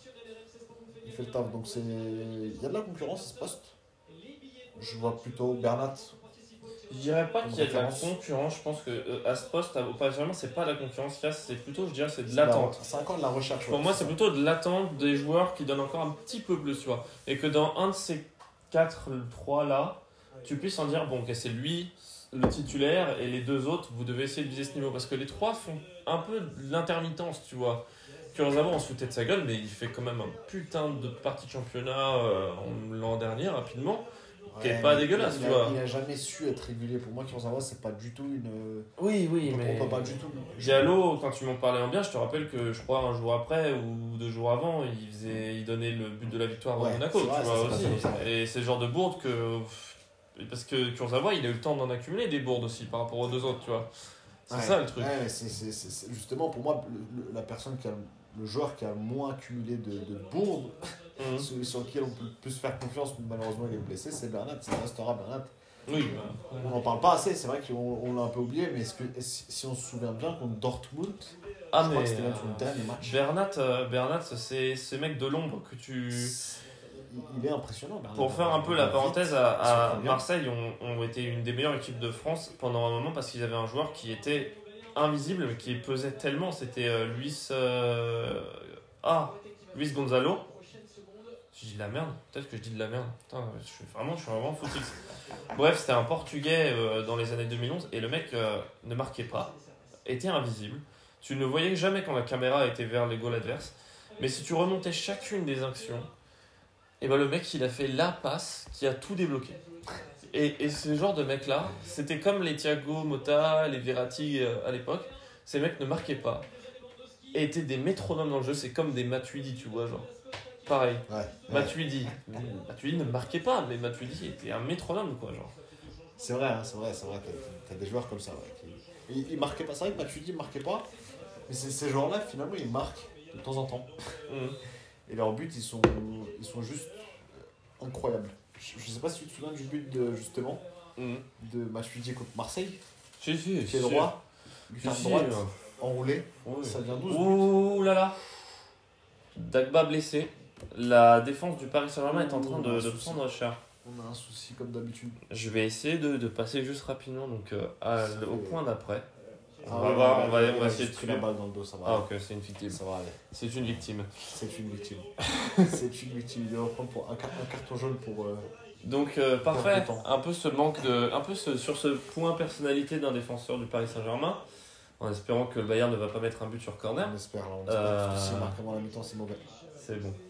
Il fait le taf. Donc il y a de la concurrence à ce poste. Je vois plutôt Bernat. Je dirais pas qu'il y a de la Référence. concurrence, je pense que à ce poste, vraiment, c'est pas de la concurrence, c'est plutôt, je dirais, c'est de l'attente. C'est encore de la recherche. Pour ouais, moi, c'est ça. plutôt de l'attente des joueurs qui donnent encore un petit peu plus, tu vois. Et que dans un de ces 3 là, tu puisses en dire, bon, ok, c'est lui le titulaire et les 2 autres, vous devez essayer de viser ce niveau. Parce que les 3 font un peu de l'intermittence, tu vois. Kurzawa, on se foutait de sa gueule, mais il fait quand même un putain de partie de championnat l'an dernier, rapidement. Qui est pas mais dégueulasse, tu vois. Il a jamais su être régulier. Pour moi, Kurzawa, c'est pas du tout une. Oui, On peut pas du tout. Diallo, quand tu m'en parlais en bien, je te rappelle que je crois un jour après ou 2 jours avant, il donnait le but de la victoire Ouais, à Monaco, c'est tu vrai, vois ça, aussi. c'est comme ça. Et c'est le genre de bourde que. Parce que Kurzawa, il a eu le temps d'en accumuler des bourdes aussi par rapport aux 2 autres, tu vois. C'est Ouais. ça le truc. Ouais, mais c'est justement pour moi la personne le joueur qui a le moins accumulé de bourdes, Mhm. celui sur lequel on peut plus faire confiance, malheureusement il est blessé, c'est Bernat, ça restera Bernat. Oui, On n'en parle pas assez, c'est vrai qu'on l'a un peu oublié, mais si on se souvient bien contre Dortmund, ah, je crois mais que c'était même son dernier match. Bernat, c'est ce mec de l'ombre que tu. Il est impressionnant. Bernat. Pour faire un peu Il la va parenthèse, vite, à il s'entraîne bien. Marseille ont été une des meilleures équipes de France pendant un moment parce qu'ils avaient un joueur qui était invisible mais qui pesait tellement. C'était Luis Gonzalo. Je dis de la merde. Peut-être que je dis de la merde. Putain, je suis vraiment footix. Bref, c'était un Portugais dans les années 2011 et le mec ne marquait pas, était invisible. Tu ne le voyais jamais quand la caméra était vers les goals adverses. Mais si tu remontais chacune des actions, et ben le mec il a fait la passe qui a tout débloqué. Et ce genre de mec là, c'était comme les Thiago Motta, les Verratti à l'époque. Ces mecs ne marquaient pas et étaient des métronomes dans le jeu. C'est comme des Matuidi, tu vois, genre. Pareil. Ouais. Matuidi ne marquait pas, mais Matuidi était un métronome, quoi, genre. C'est vrai, t'as des joueurs comme ça. Ouais, ils marquaient pas, c'est vrai que Matuidi ne marquait pas, mais ces joueurs-là, finalement, ils marquent de temps en temps. Mhm. Et leurs buts, ils sont juste incroyables. Je sais pas si tu te souviens du but justement Mhm. de Matuidi contre Marseille. Si, Pied droit, lucarne Si, droite, enroulé. oui. Ça devient 12 buts. Ouh là là. Dagba blessé. La défense du Paris Saint-Germain est en train de prendre cher. On a un souci comme d'habitude. Je vais essayer de passer juste rapidement donc, au point d'après. On Ah va ouais, voir, ouais, on va ouais, essayer de juste pris la suivre. balle dans le dos, ça va. Ah aller. ok, c'est une victime. Ça va aller. C'est une victime. C'est une victime. C'est une victime. Il va prendre pour un carton jaune pour. Donc parfait, Perte de temps. un peu ce manque de, sur ce point personnalité d'un défenseur du Paris Saint-Germain, en espérant que le Bayern ne va pas mettre un but sur corner. On espère là, on espère. Parce que s'il marque avant la mi-temps, c'est mauvais. C'est bon.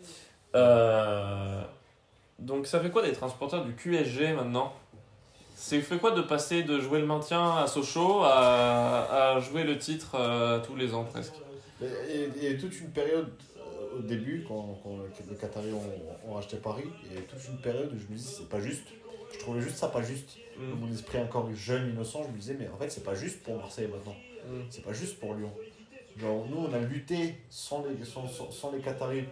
Donc ça fait quoi d'être un supporter du QSG maintenant? C'est fait quoi de passer de jouer le maintien à Sochaux à jouer le titre tous les ans presque? Et toute une période au début, quand les Qataris ont racheté Paris, il y a toute une période où je me disais c'est pas juste. Je trouvais juste ça pas juste. Dans mon esprit encore jeune, innocent, je me disais mais en fait c'est pas juste pour Marseille maintenant. C'est pas juste pour Lyon. Genre nous on a lutté sans les Qataris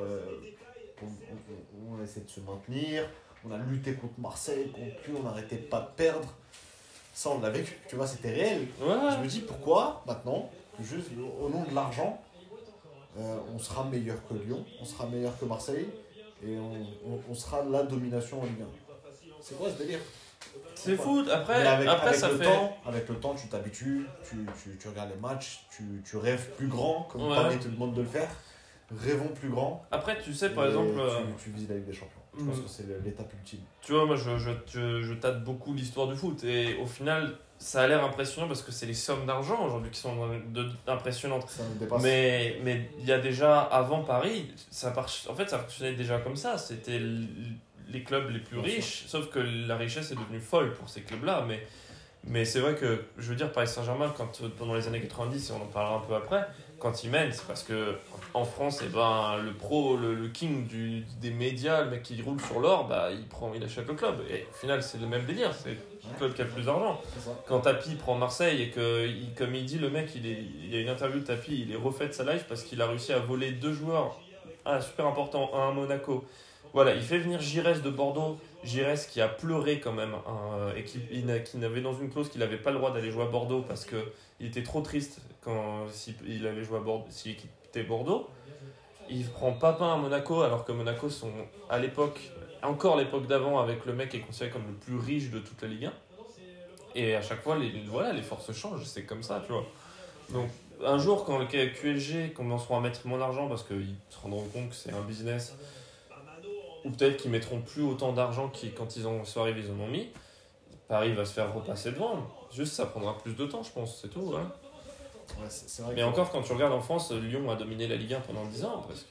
on a essayé de se maintenir. On a lutté contre Marseille, contre lui, on n'arrêtait pas de perdre. Ça on l'a vécu, tu vois, c'était réel. Ouais. Je me dis pourquoi maintenant, juste au nom de l'argent, on sera meilleur que Lyon, on sera meilleur que Marseille et on sera la domination en Ligue 1. C'est quoi ce délire? C'est fou. Après, Mais après ça le fait. temps, avec le temps, tu t'habitues, tu regardes les matchs, tu rêves plus grand, comme Ouais. Paris te demande de le faire. Rêvons plus grand. Après, tu sais, par et exemple. tu vises la Ligue des Champions. Je pense que c'est l'étape ultime. Tu vois, moi je tâte beaucoup l'histoire du foot et au final ça a l'air impressionnant parce que c'est les sommes d'argent aujourd'hui qui sont impressionnantes. Ça me dépasse. Mais il y a déjà, avant Paris, en fait ça fonctionnait déjà comme ça. C'était les clubs les plus Bien riches, sauf que la richesse est devenue folle pour ces clubs-là. Mais c'est vrai que, je veux dire, Paris Saint-Germain, pendant les années 90, et on en parlera un peu après, quand ils mènent, c'est parce que en France, eh ben, le king des médias, le mec qui roule sur l'or, bah, il achète le club. Et au final, c'est le même délire, c'est le club qui a le plus d'argent. C'est ça. Quand Tapi prend Marseille et que, comme il dit, le mec, il y a une interview de Tapi, il est refait de sa life parce qu'il a réussi à voler 2 joueurs super importants, un à Monaco. Voilà, il fait venir Giresse de Bordeaux. Giresse qui a pleuré quand même et qui n'avait dans une clause qu'il n'avait pas le droit d'aller jouer à Bordeaux parce qu'il était trop triste s'il allait jouer à Bordeaux, s'il quittait Bordeaux. Il prend Papin à Monaco alors que Monaco sont à l'époque, encore l'époque d'avant, avec le mec qui est considéré comme le plus riche de toute la Ligue 1. Et à chaque fois, les forces changent, c'est comme ça, tu vois. Donc un jour, quand le QSG commenceront à mettre mon argent parce qu'ils se rendront compte que c'est un business, ou peut-être qu'ils mettront plus autant d'argent quand ils sont arrivés, ils en ont mis, Paris va se faire repasser devant. Juste, ça prendra plus de temps, je pense, c'est tout. Hein. Ouais, c'est vrai Mais encore, quand tu regardes en France, Lyon a dominé la Ligue 1 pendant 10 ans, presque.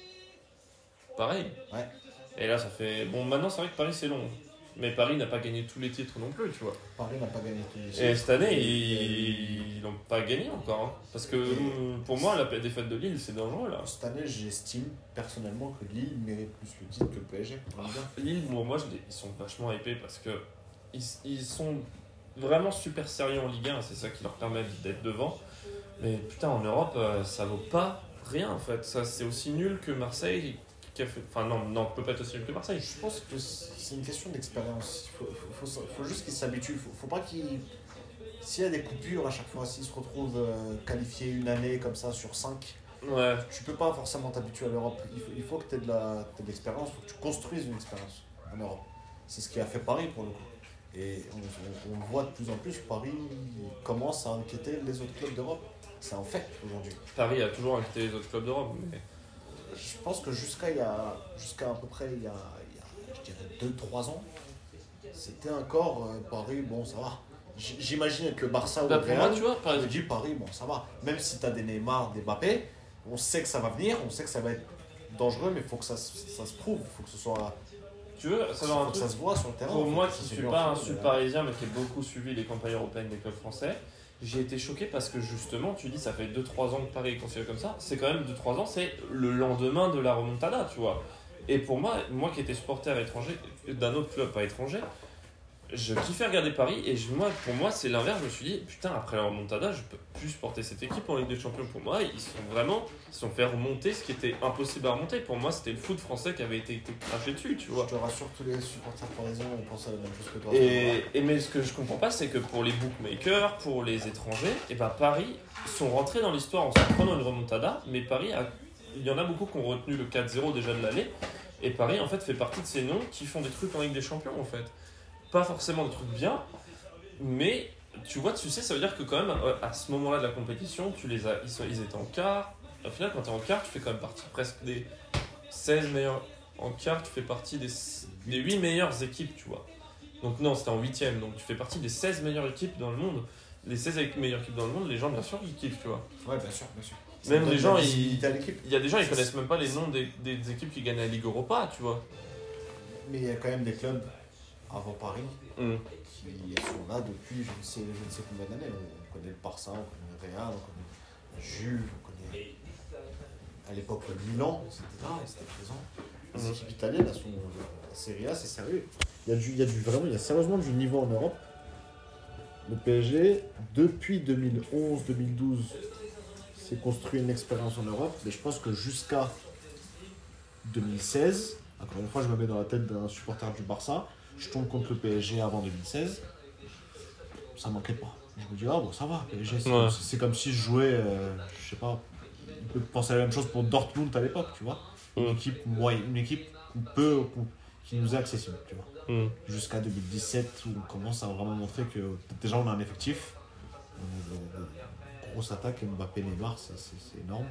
Pareil. Ouais. Et là, ça fait... Bon, maintenant, c'est vrai que Paris, c'est long. Mais Paris n'a pas gagné tous les titres non plus, tu vois. Paris n'a pas gagné tous les Et titres. cette année, ils n'ont pas gagné encore. Hein. Parce que pour moi, la défaite de Lille, c'est dangereux, là. Cette année, j'estime personnellement que Lille mérite plus le titre que le PSG. On va dire. Lille, moi, ils sont vachement hypés parce que ils sont vraiment super sérieux en Ligue 1, c'est ça qui leur permet d'être devant. Mais putain, en Europe, ça vaut pas rien en fait. Ça, c'est aussi nul que Marseille qui a fait. Enfin, non, peut pas être aussi nul que Marseille. Je pense que c'est une question d'expérience. Faut juste qu'ils s'habituent. Faut pas qu'ils. S'il y a des coupures à chaque fois, s'ils se retrouvent qualifiés une année comme ça sur 5, Ouais, tu peux pas forcément t'habituer à l'Europe. Il faut que tu aies de l'expérience, il faut que tu construises une expérience en Europe. C'est ce qui a fait Paris pour le coup. Et on le voit de plus en plus, Paris commence à inquiéter les autres clubs d'Europe. C'est un fait aujourd'hui. Paris a toujours invité les autres clubs d'Europe. Mais... Je pense que jusqu'à à peu près il y a je dirais 2-3 ans, c'était encore Paris, bon ça va. J'imagine avec le Barça ou Bah, le pour Real, moi, tu vois, par je me exemple, dis Paris, bon ça va. Même si tu as des Neymar, des Mbappé, on sait que ça va venir, on sait que ça va être dangereux, mais il faut que ça se prouve, il faut que ce soit. tu veux savoir un Faut que truc. ça se voit sur le terrain. Pour faut moi que ça qui se suis voit pas en un foot, sud parisien mais qui ai beaucoup suivi les campagnes européennes des clubs français, j'ai été choqué parce que justement, tu dis ça fait 2-3 ans que Paris est considéré comme ça. C'est quand même 2-3 ans, c'est le lendemain de la remontada, tu vois. Et pour moi qui étais supporter étranger d'un autre club pas étranger, je kiffais regarder Paris et pour moi c'est l'inverse. Je me suis dit putain, après la remontada, je peux plus supporter cette équipe en Ligue des Champions. Pour moi, ils sont fait remonter ce qui était impossible à remonter. Pour moi, c'était le foot français qui avait été craché dessus, tu vois. Je te rassure, tous les supporters parisiens ont pensé à la même chose que toi. Mais ce que je comprends pas, c'est que pour les bookmakers, pour les étrangers, et ben Paris sont rentrés dans l'histoire en se prenant une remontada, mais il y en a beaucoup qui ont retenu le 4-0 déjà de l'aller, et Paris en fait fait partie de ces noms qui font des trucs en Ligue des Champions en fait. Pas forcément des trucs bien, mais tu sais, ça veut dire que quand même à ce moment-là de la compétition, ils étaient en quart. Au final, quand tu es en quart, tu fais quand même partie presque des 16 meilleurs. En quart, tu fais partie des 8 meilleures équipes, tu vois. Donc non, c'était en 8ème, donc tu fais partie des 16 meilleures équipes dans le monde. Les 16 meilleures équipes dans le monde, les gens, bien sûr, ils kiffent, tu vois. Ouais, bien sûr, bien sûr. Ça Même donne les de gens, la ils- visibilité à l'équipe. Il y a des gens, ils connaissent même pas les noms des équipes qui gagnent la Ligue Europa, tu vois. Mais il y a quand même des clubs avant Paris Mm. qui sont là depuis je ne sais combien d'années. On connaît le Barça, on connaît le Real, on connaît la Juve, on connaît à l'époque le Milan, c'était là, ils étaient présents. Les équipes italiennes, elles sont la Serie A, c'est sérieux. Il y a sérieusement du niveau en Europe. Le PSG, depuis 2011-2012, s'est construit une expérience en Europe, mais je pense que jusqu'à 2016, encore une fois, je me mets dans la tête d'un supporter du Barça, je tombe contre le PSG avant 2016, ça manquait pas. Je me dis, ah bon, ça va, PSG, Ouais. c'est comme si je jouais, je sais pas, on peut penser à la même chose pour Dortmund à l'époque, tu vois. Une équipe moyenne, une équipe qui nous est accessible, tu vois. Mm. Jusqu'à 2017 où on commence à vraiment montrer que déjà on a un effectif. On a de grosse attaque, Mbappé, Neymar, c'est énorme.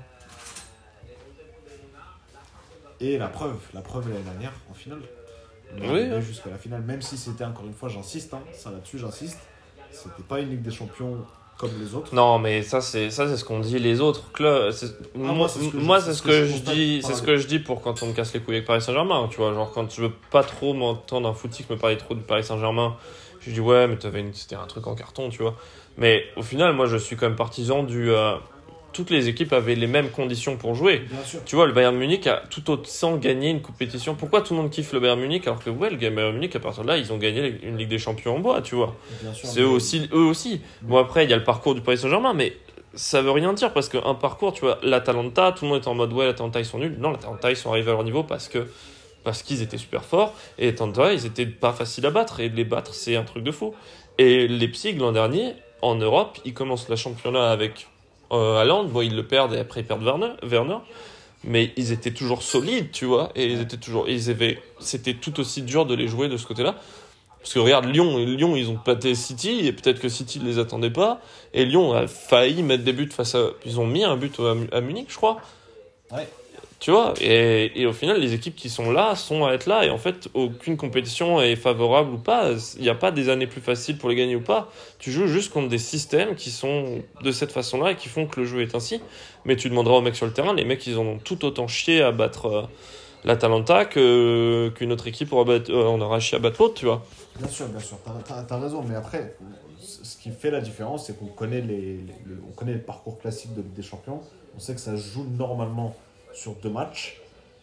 Et la preuve l'année dernière en finale. On est Oui, arrivé hein. jusqu'à la finale, même si c'était encore une fois, j'insiste, ça là-dessus j'insiste, c'était pas une Ligue des Champions comme les autres. Non, mais ça c'est ce qu'on dit les autres clubs. Moi, c'est ce que moi, je- c'est c'est ce que je constate dis, par c'est ce là. que je dis pour quand on me casse les couilles avec Paris Saint-Germain, tu vois, genre quand je veux pas trop m'entendre un footique me parler trop du Paris Saint-Germain, je dis ouais, mais c'était un truc en carton, tu vois. Mais au final, moi je suis quand même partisan du toutes les équipes avaient les mêmes conditions pour jouer. Bien sûr. Tu vois, le Bayern Munich a tout autant gagné une compétition. Pourquoi tout le monde kiffe le Bayern Munich alors que ouais, le Bayern Munich à partir de là, ils ont gagné une Ligue des Champions en bois, tu vois. Bien sûr, C'est eux aussi. Bon, après, il y a le parcours du Paris Saint-Germain, mais ça veut rien dire parce qu'un parcours, tu vois, l'Atalanta, tout le monde est en mode ouais, l'Atalanta ils sont nuls. Non, l'Atalanta ils sont arrivés à leur niveau parce qu'ils étaient super forts et l'Atalanta ils étaient pas faciles à battre et les battre c'est un truc de fou. Et Leipzig l'an dernier, en Europe, ils commencent le championnat avec Haaland, bon, ils le perdent et après ils perdent Werner. Mais ils étaient toujours solides, tu vois, et c'était tout aussi dur de les jouer de ce côté-là. Parce que regarde, Lyon, ils ont pâté City, et peut-être que City ne les attendait pas, et Lyon a failli mettre des buts face à... Ils ont mis un but à Munich, je crois. Ouais. Tu vois, et au final, les équipes qui sont là sont à être là, et en fait, aucune compétition est favorable ou pas. Il n'y a pas des années plus faciles pour les gagner ou pas. Tu joues juste contre des systèmes qui sont de cette façon-là et qui font que le jeu est ainsi. Mais tu demanderas aux mecs sur le terrain, les mecs, ils en ont tout autant chié à battre l'Atalanta qu'une autre équipe on aura chié à battre l'autre, tu vois. Bien sûr, t'as raison, mais après, ce qui fait la différence, c'est qu'on connaît on connaît le parcours classique de Ligue des Champions, on sait que ça se joue normalement sur 2 matchs.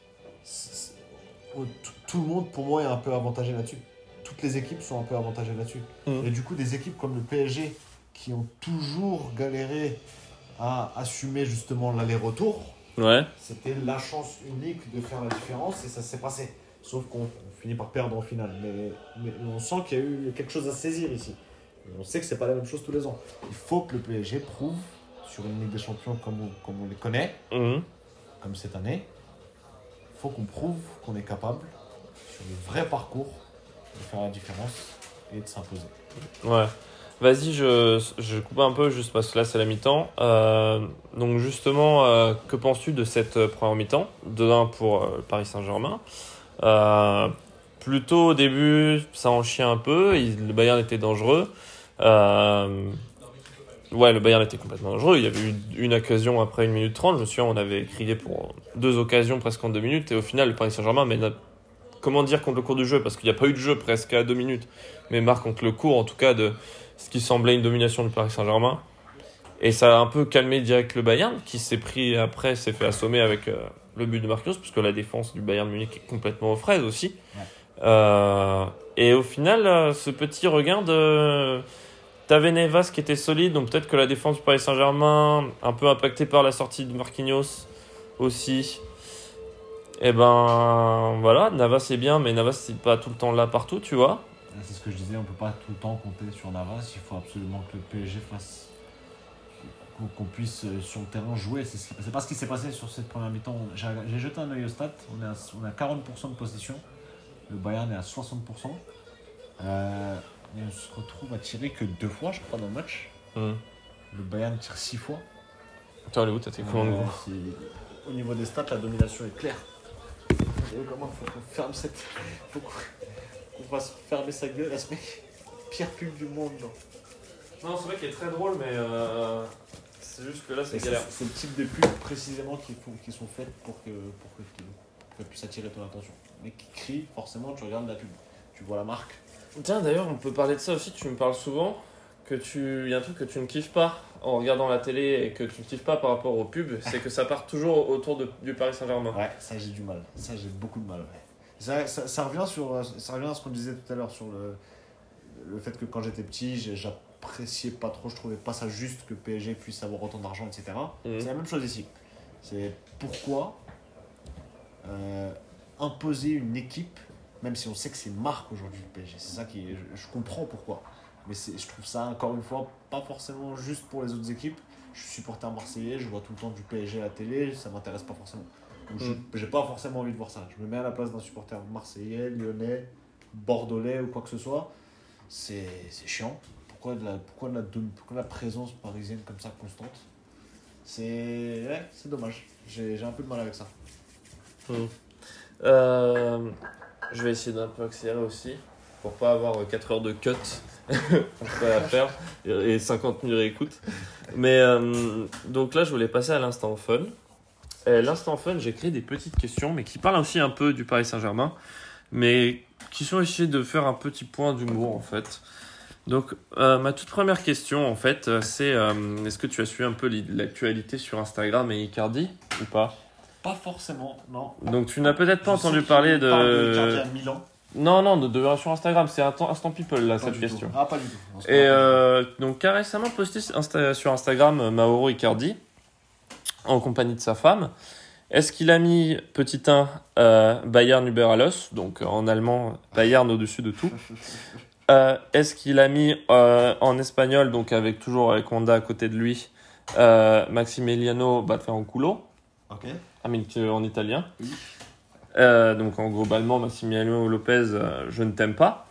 Tout le monde, pour moi, est un peu avantagé là-dessus. Toutes les équipes sont un peu avantagées là-dessus. Et du coup, des équipes comme le PSG, qui ont toujours galéré à assumer justement l'aller-retour, Ouais. c'était la chance unique de faire la différence et ça s'est passé. Sauf qu'on finit par perdre en finale. Mais on sent qu'il y a eu quelque chose à saisir ici. Et on sait que c'est pas la même chose tous les ans. Il faut que le PSG prouve sur une Ligue des Champions comme on les connaît, comme cette année. Il faut qu'on prouve qu'on est capable, sur le vrai parcours, de faire la différence et de s'imposer. Ouais. Vas-y, je coupe un peu juste parce que là c'est la mi-temps. Donc justement, que penses-tu de cette première mi-temps? 2-1 pour Paris Saint-Germain. Plutôt au début, ça en chiait un peu. Le Bayern était dangereux. Ouais, le Bayern était complètement dangereux. Il y avait eu une occasion après 1 minute 30. Je me souviens, on avait crié pour 2 occasions presque en 2 minutes. Et au final, le Paris Saint-Germain comment dire contre le cours du jeu, parce qu'il n'y a pas eu de jeu presque à 2 minutes, mais marque contre le cours en tout cas de ce qui semblait une domination du Paris Saint-Germain. Et ça a un peu calmé direct le Bayern, qui s'est fait assommer avec le but de Marquinhos, parce que la défense du Bayern Munich est complètement aux fraises aussi. Ouais. Et au final, ce petit regain t'avais Nevas qui était solide, donc peut-être que la défense du Paris Saint-Germain, un peu impactée par la sortie de Marquinhos aussi. Et ben voilà, Navas c'est bien, mais Navas c'est pas tout le temps là partout, tu vois. C'est ce que je disais, on peut pas tout le temps compter sur Navas. Il faut absolument que le PSG fasse qu'on puisse sur le terrain jouer. C'est pas ce qui s'est passé sur cette première mi-temps. J'ai jeté un œil au stats. On est à 40% de possession. Le Bayern est à 60%. On se retrouve à tirer que 2 fois, je crois, dans le match. Le Bayern tire 6 fois. Attends, Léo, t'as tes commandes gros. Au niveau des stats, la domination est claire. Et comment faut qu'on ferme cette. Faut qu'on fasse fermer sa gueule à ce mec. Pire pub du monde, non. Non, c'est vrai qu'il est très drôle, mais C'est juste que là, C'est c'est galère. c'est le type de pubs précisément qui sont faites pour que ça puisse attirer ton attention. Mais qui crie, forcément, tu regardes la pub. Tu vois la marque. Tiens, d'ailleurs, on peut parler de ça aussi. Tu me parles souvent il y a un truc que tu ne kiffes pas en regardant la télé et que tu ne kiffes pas par rapport aux pubs, c'est que ça part toujours autour du Paris Saint-Germain. Ouais, ça j'ai du mal. Ça j'ai beaucoup de mal. Ouais. Ça revient à ce qu'on disait tout à l'heure sur le fait que quand j'étais petit, j'appréciais pas trop, je trouvais pas ça juste que PSG puisse avoir autant d'argent, etc. Mhm. C'est la même chose ici. C'est pourquoi imposer une équipe, même si on sait que c'est une marque aujourd'hui le PSG. C'est ça qui est, je comprends pourquoi. Mais je trouve ça encore une fois pas forcément juste pour les autres équipes. Je suis supporter marseillais, je vois tout le temps du PSG à la télé, ça m'intéresse pas forcément. Donc, j'ai pas forcément envie de voir ça. Je me mets à la place d'un supporter marseillais, lyonnais, bordelais ou quoi que ce soit. C'est chiant. Pourquoi de la présence parisienne comme ça constante? C'est dommage. J'ai un peu de mal avec ça. Je vais essayer d'un peu accélérer aussi pour pas avoir 4 heures de cut à faire et 50 000 réécoutes. Mais donc là, je voulais passer à l'instant fun. Et l'instant fun, j'ai créé des petites questions, mais qui parlent aussi un peu du Paris Saint-Germain, mais qui sont essayées de faire un petit point d'humour en fait. Donc ma toute première question en fait, c'est est-ce que tu as suivi un peu l'actualité sur Instagram et Icardi ou pas? Pas forcément, non. Donc tu n'as peut-être pas Je sais entendu qu'il parler parle de Icardi de... à Milan. Non, sur Instagram, c'est Instant People là, Pas cette du question. tout. Ah, pas du tout. Non, c'est Et pas donc a récemment posté sur Instagram Mauro Icardi en compagnie de sa femme. Est-ce qu'il a mis petit 1 Bayern über alles, donc en allemand Bayern au-dessus de tout. Est-ce qu'il a mis en espagnol, donc avec Wanda à côté de lui, Maximiliano Batferanculo, Ok. mais en italien. Oui. Donc en globalement Maximiliano Lopez, je ne t'aime pas.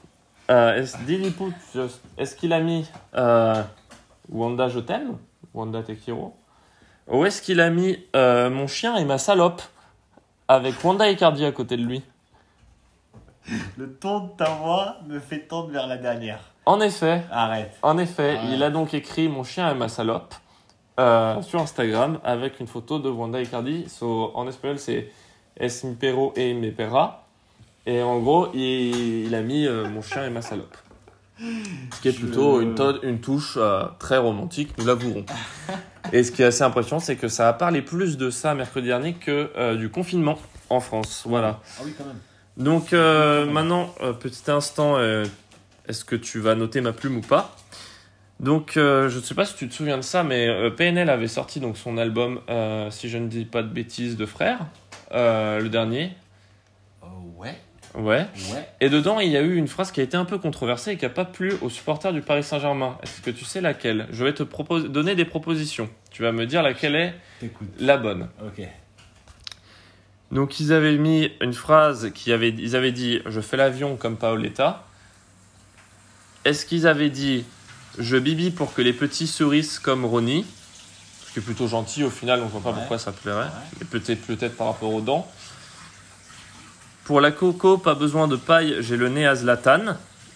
Est-ce qu'il a mis Wanda je t'aime, Wanda te quiero, ou est-ce qu'il a mis mon chien et ma salope avec Wanda Icardi à côté de lui? Le ton de ta voix me fait tendre vers la dernière. En effet, Arrête. il a donc écrit mon chien et ma salope sur Instagram avec une photo de Wanda Icardi. En espagnol, c'est Es mi perro et mi perra. Et en gros, il a mis mon chien et ma salope. Ce qui est plutôt une touche très romantique, nous l'avouerons. Et ce qui est assez impressionnant, c'est que ça a parlé plus de ça mercredi dernier que du confinement en France. Voilà. Ah oui, quand même. Donc maintenant, petit instant, est-ce que tu vas noter ma plume ou pas? Donc je ne sais pas si tu te souviens de ça, mais PNL avait sorti donc son album, si je ne dis pas de bêtises, de Frères, le dernier. Ouais. Ouais. Ouais. Et dedans, il y a eu une phrase qui a été un peu controversée et qui n'a pas plu aux supporters du Paris Saint-Germain. Est-ce que tu sais laquelle? Je vais te donner des propositions. Tu vas me dire laquelle est T'écoutes. la bonne. Ok. Donc ils avaient mis une phrase ils avaient dit « Je fais l'avion comme Paoletta ». Est-ce qu'ils avaient dit « Je bibi pour que les petits sourissent comme Ronnie ». Ce qui est plutôt gentil au final, on ne voit pas pourquoi ça plairait. Ouais. Et peut-être par rapport aux dents. Pour la coco, pas besoin de paille, j'ai le nez à Zlatan.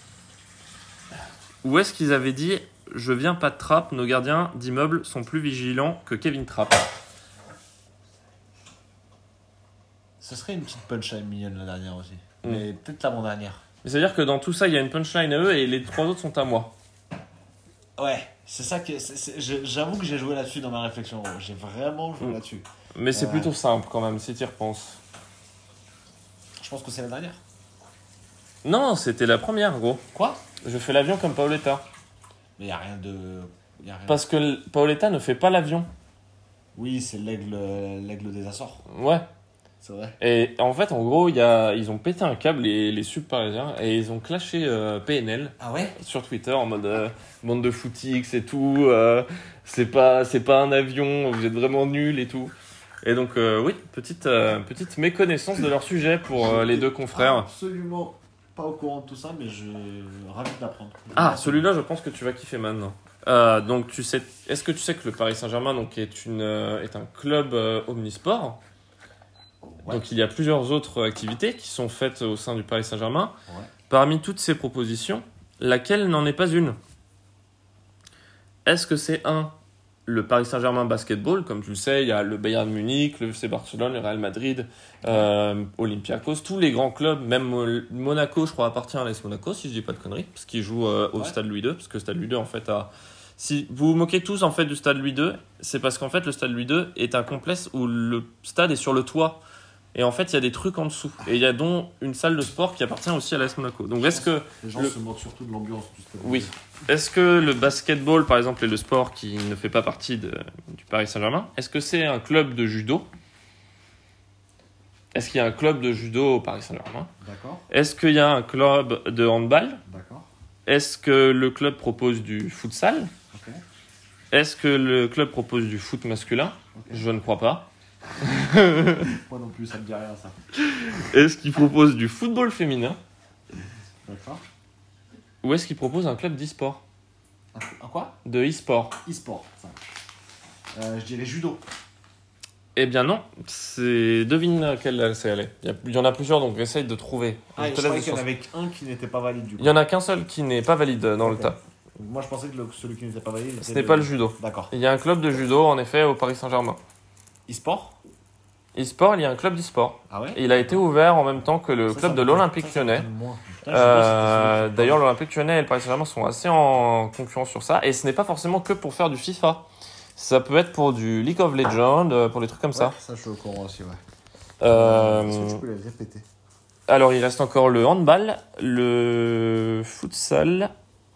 Ou est-ce qu'ils avaient dit « Je viens pas de Trapp, nos gardiens d'immeubles sont plus vigilants que Kevin Trapp ». Ce serait une petite punchline mignonne la dernière aussi. Mais peut-être l'avant-dernière. Mais c'est-à-dire que dans tout ça, il y a une punchline à eux et les 3 autres sont à moi. Ouais, c'est ça que. J'avoue que j'ai joué là-dessus dans ma réflexion. J'ai vraiment joué là-dessus. Mais c'est plutôt simple quand même, si tu y repenses. Je pense que c'est la dernière. Non, c'était la première, gros. Quoi? Je fais l'avion comme Paoletta. Mais y a rien de. Parce que Paoletta ne fait pas l'avion. Oui, c'est l'aigle des Açores. Ouais. C'est vrai. Et en fait, en gros, ils ont pété un câble, les subs parisiens, et ils ont clashé PNL Ah ouais? sur Twitter en mode bande de footix et tout. C'est pas un avion, vous êtes vraiment nuls et tout. Et donc, oui, petite méconnaissance de leur sujet pour les deux confrères. Absolument pas au courant de tout ça, mais je ravi d'apprendre. Ah, celui-là, je pense que tu vas kiffer maintenant. Donc, est-ce que tu sais que le Paris Saint-Germain donc, est un club omnisport? Ouais. Donc, il y a plusieurs autres activités qui sont faites au sein du Paris Saint-Germain. Ouais. Parmi toutes ces propositions, laquelle n'en est pas une? Est-ce que c'est 1, le Paris Saint-Germain basketball, comme tu le sais, il y a le Bayern Munich, le FC Barcelone, le Real Madrid, Olympiakos, tous les grands clubs, même Monaco, je crois, appartient à l'AS Monaco, si je dis pas de conneries, parce qu'ils jouent au Stade Louis II, parce que le Stade Louis II, en fait, Si vous vous moquez tous en fait du Stade Louis II, c'est parce qu'en fait le Stade Louis II est un complexe où le stade est sur le toit. Et en fait, il y a des trucs en dessous. Et il y a donc une salle de sport qui appartient aussi à l'AS Monaco. Donc est-ce que... Les gens se moquent surtout de l'ambiance du stade. Oui. Est-ce que le basketball, par exemple, est le sport qui ne fait pas partie du Paris Saint-Germain? Est-ce que c'est un club de judo? Est-ce qu'il y a un club de judo au Paris Saint-Germain? D'accord. Est-ce qu'il y a un club de handball? D'accord. Est-ce que le club propose du futsal? Ok. Est-ce que le club propose du foot masculin? Ok. Je ne crois pas. Moi non plus, ça me dit rien ça. Est-ce qu'il propose du football féminin? D'accord. Ou est-ce qu'il propose un club d'e-sport? Un quoi? De e-sport? E-sport, ça. Je dirais judo. Eh bien non, devine laquelle c'est allé. Il y en a plusieurs, donc essaye de trouver. Ah, Je je te croyais laisse qu'il y en des avait un qui n'était pas valide du coup. Il y en a qu'un seul qui n'est pas valide dans le Ok. tas. Moi je pensais que celui qui n'était pas valide. Ce n'est pas le judo. D'accord. Il y a un club de judo, en effet, au Paris Saint-Germain. E-sport? E-sport, il y a un club d'e-sport. Ah ouais? Et il a été ouvert en même temps que le club de l'Olympique Lyonnais. D'ailleurs, l'Olympique Lyonnais et le Paris Saint-Germain sont assez en concurrence sur ça. Et ce n'est pas forcément que pour faire du FIFA. Ça peut être pour du League of Legends, pour des trucs comme ça. Ça je suis au courant aussi, ouais. Euh, Est-ce que tu peux les répéter? Alors, il reste encore le handball, le futsal,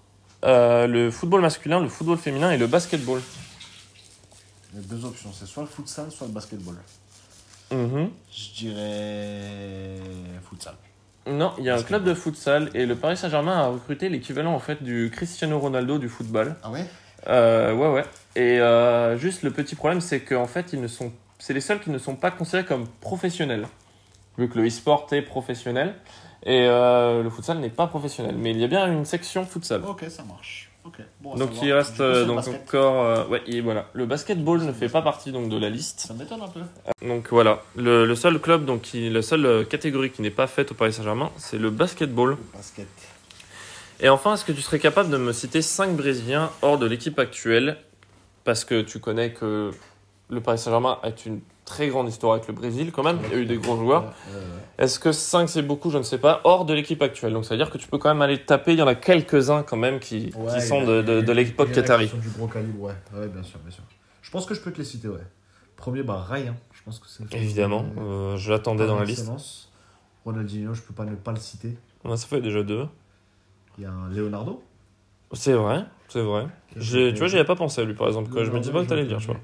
le football masculin, le football féminin et le basketball. Il y a deux options, c'est soit le futsal, soit le basketball. Mhm. Je dirais futsal. Non, il y a un club de futsal et le Paris Saint-Germain a recruté l'équivalent en fait du Cristiano Ronaldo du football. Ah ouais? Ouais. Et juste le petit problème, c'est qu'en fait, c'est les seuls qui ne sont pas considérés comme professionnels. Vu que le e-sport est professionnel et le futsal n'est pas professionnel. Mais il y a bien une section futsal. Ok, ça marche. Ok. Bon, Donc ça il va. reste Du coup, c'est le donc basket. encore... ouais, et voilà. Le basketball ne fait pas partie donc, de la liste. Ça m'étonne un peu. Donc voilà, le seul club, la seule catégorie qui n'est pas faite au Paris Saint-Germain, c'est le basketball. Le basket. Et enfin, est-ce que tu serais capable de me citer 5 Brésiliens hors de l'équipe actuelle? Parce que tu connais que le Paris Saint-Germain a une très grande histoire avec le Brésil quand même, il y a eu des gros joueurs. Est-ce que 5 c'est beaucoup? Je ne sais pas, hors de l'équipe actuelle. Donc ça veut dire que tu peux quand même aller taper, il y en a quelques-uns quand même qui sont de l'époque qatari. Ils sont du gros calibre, ouais, bien sûr. Je pense que je peux te les citer, ouais. Premier, Ray, hein. Je pense que c'est... Évidemment, je l'attendais dans la liste. Excellence. Ronaldinho, je peux pas ne pas le citer. Ouais, ça fait déjà 2. Il y a un Leonardo. C'est vrai. Tu vois, j'y avais pas pensé à lui par exemple. Je me dis pas que t'allais le dire, tu vois.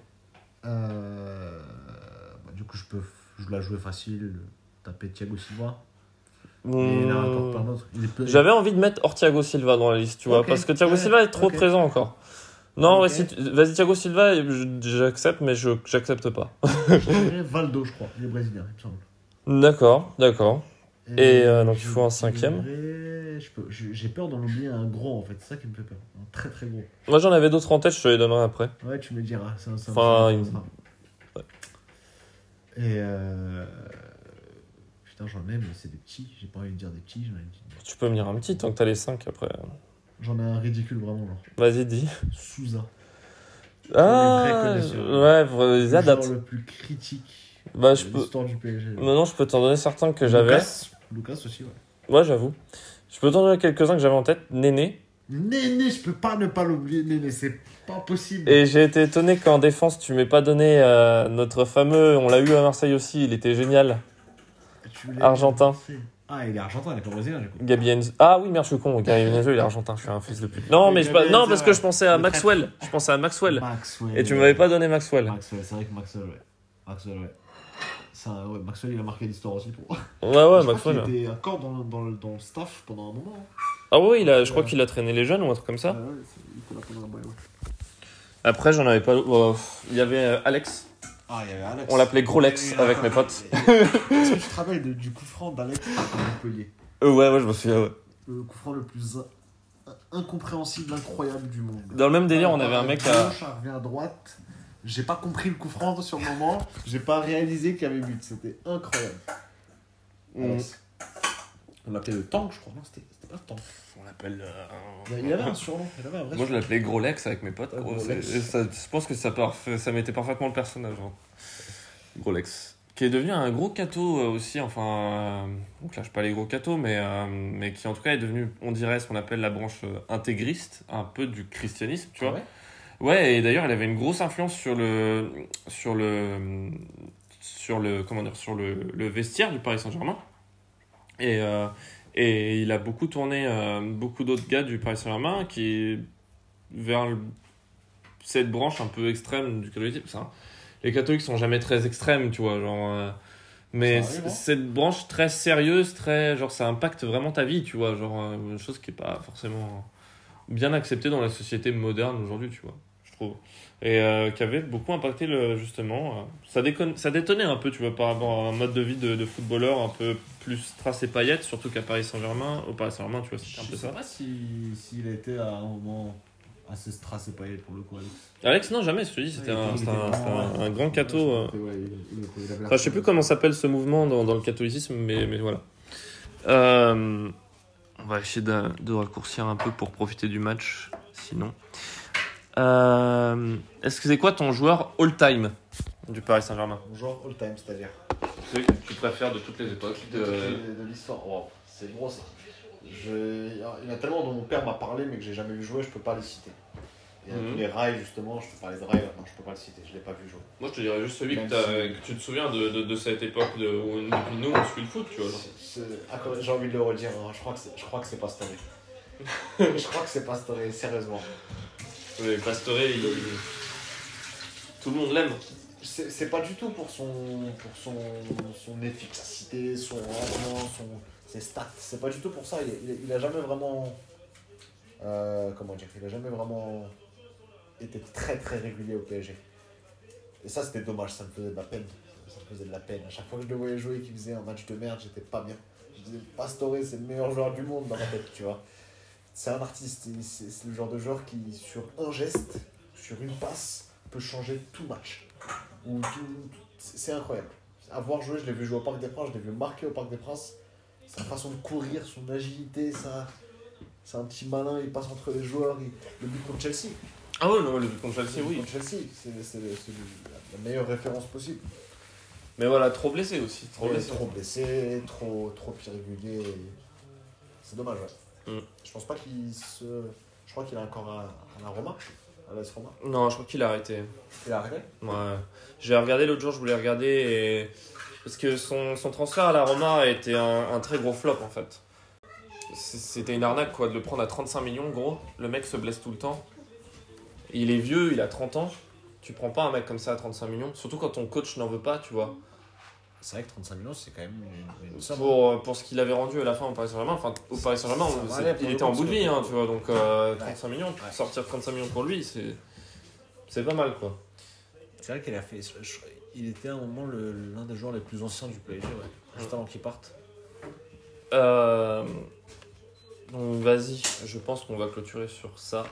Du coup, je la jouer facile, taper Thiago Silva. Mais il y en a encore plein d'autres. J'avais envie de mettre Thiago Silva dans la liste, tu vois, Ok, parce que Thiago ouais, Silva est trop ok. présent encore. Non, Ok. vas-y Thiago Silva, j'accepte, mais j'accepte pas. Je dirais Valdo, je crois. Il est brésilien, il me semble. D'accord. Et donc, il faut un cinquième. J'ai peur d'en oublier un gros, en fait. C'est ça qui me fait peur. Un très très gros. Moi j'en avais d'autres en tête, je te les donnerai après. Ouais, tu me diras. Enfin, ouais. Et putain, j'en ai, mais c'est des petits. J'ai pas envie de dire des petits. Tu peux me dire un petit tant que t'as les 5 après. J'en ai un ridicule, vraiment. Genre. Vas-y, dis. Souza. Ah, vrais connaisseurs. ouais, ils adaptent. Le joueur le plus critique Bah, de l'histoire du PSG. Maintenant, je peux t'en donner certains que j'avais. Lucas aussi, ouais. Ouais, j'avoue. Je peux t'en donner quelques-uns que j'avais en tête. Néné. Néné, je peux pas ne pas l'oublier, Néné, c'est pas possible. Et j'ai été étonné qu'en défense, tu m'aies pas donné notre fameux. On l'a eu à Marseille aussi, il était génial. Argentin. Ah, il est argentin, il est pas brésilien du coup. Gabi Enzo. Ah oui, merde, je suis con. Gabi Enzo, il est argentin, je suis un fils de pute. Non, mais non, parce que je pensais à Maxwell. Je pensais à Maxwell. Et tu m'avais pas donné Maxwell. Maxwell, c'est vrai que Maxwell, ouais. Maxwell, il a marqué l'histoire aussi pour. Ouais, Maxwell. Il était encore dans le staff pendant un moment. Ah oui, je crois qu'il a traîné les jeunes ou un truc comme ça. Ouais, il était là pendant un bail, ouais. Après, j'en avais pas. Il y avait Alex. Ah, il y avait Alex. On l'appelait Gros Lex avec mes potes. Est-ce que tu te rappelles du coup franc d'Alex à Montpellier? Ouais, je me souviens, ouais. Le coup franc le plus incompréhensible, incroyable du monde. Dans le même délire, on avait un mec à. gauche, revient à droite. J'ai pas compris le coup franc sur le moment. J'ai pas réalisé qu'il y avait but. C'était incroyable. Alex. On l'appelait le Tank, je crois. Non, c'était pas le Tank. On l'appelle. Il avait un surnom. Il avait un vrai Moi, je l'appelais Gros Lex avec mes potes. Ouais, Gros, Gros Lex. je pense que ça mettait parfaitement le personnage. Hein. Gros Lex. Qui est devenu un gros cato aussi. Enfin, on clash pas les gros catos, mais qui en tout cas est devenu, on dirait, ce qu'on appelle la branche intégriste, un peu du christianisme, tu vois. Ouais. Ouais, et d'ailleurs, il avait une grosse influence sur le vestiaire du Paris Saint-Germain. Et il a beaucoup tourné beaucoup d'autres gars du Paris Saint-Germain qui vers cette branche un peu extrême du catholicisme. Ça, les catholiques sont jamais très extrêmes, tu vois, genre. Mais Ça arrive, hein. cette branche très sérieuse, très genre ça impacte vraiment ta vie, tu vois, genre une chose qui est pas forcément bien acceptée dans la société moderne aujourd'hui, tu vois, je trouve. Et qui avait beaucoup impacté justement. Ça détonnait un peu, tu vois, par rapport à un mode de vie de footballeur un peu plus strass et paillettes, surtout qu'à Paris Saint-Germain. Au Paris Saint-Germain, tu vois, c'était un peu Je sais ça. pas s'il a été à un moment assez strass et paillé pour le coup, Alex. Alex, non, jamais, je te dis, c'était un grand cato. Il avait Enfin, je sais plus comment s'appelle ce mouvement dans le catholicisme, mais voilà. On va essayer de raccourcir un peu pour profiter du match, sinon. Est-ce que c'est quoi ton joueur all-time du Paris Saint-Germain? Genre all time, c'est-à-dire Celui que tu préfères de toutes les époques de l'histoire. Wow, c'est gros ça. Il y en a tellement dont mon père m'a parlé mais que j'ai jamais vu jouer, je peux pas les citer. Il y a tous les rails justement, je peux parler de rails, non je peux pas le citer, je l'ai pas vu jouer. Moi, je te dirais juste celui Même que tu te souviens de cette époque où depuis nous, on suit le foot, tu vois. J'ai envie de le redire, hein. Je crois que c'est Pastore. Je crois que c'est Pastore, sérieusement. Oui, Pastore, tout le monde l'aime. C'est pas du tout pour son efficacité, son rendement, ses stats. C'est pas du tout pour ça. Il a jamais vraiment. Comment dire? Il a jamais vraiment été très très régulier au PSG. Et ça, c'était dommage. Ça me faisait de la peine. Ça me faisait de la peine. À chaque fois que je le voyais jouer et qu'il faisait un match de merde, j'étais pas bien. Je disais, Pastore, c'est le meilleur joueur du monde dans ma tête, tu vois. C'est un artiste. C'est le genre de joueur qui, sur un geste, sur une passe, peut changer tout match. C'est incroyable. À voir jouer, je l'ai vu jouer au Parc des Princes, je l'ai vu marquer au Parc des Princes. Sa façon de courir, son agilité, c'est un petit malin, il passe entre les joueurs. Le but contre Chelsea. Ah ouais, non, le but contre Chelsea, oui. Contre Chelsea, c'est la meilleure référence possible. Mais voilà, trop blessé aussi. Trop blessé, trop irrégulier. C'est dommage, ouais. Mm. Je pense pas je crois qu'il est encore à la Roma, à l'AS Roma. Non, je crois qu'il a arrêté. Il a arrêté. Ouais. J'ai regardé l'autre jour, je voulais regarder et... Parce que son transfert à la Roma a été un très gros flop en fait. C'était une arnaque quoi, de le prendre à 35 millions gros. Le mec se blesse tout le temps. Il est vieux, il a 30 ans. Tu prends pas un mec comme ça à 35 millions. Surtout quand ton coach n'en veut pas, tu vois. C'est vrai que 35 millions, c'est quand même une somme. Pour ce qu'il avait rendu à la fin au Paris Saint-Germain. Enfin, au Paris Saint-Germain, il était en bout de vie, hein, tu vois. Donc 35 millions, sortir 35 millions pour lui, c'est pas mal quoi. C'est vrai qu'il a fait. Il était à un moment l'un des joueurs les plus anciens du PSG, ouais. Juste avant qu'il parte. Donc vas-y, je pense qu'on va clôturer sur ça.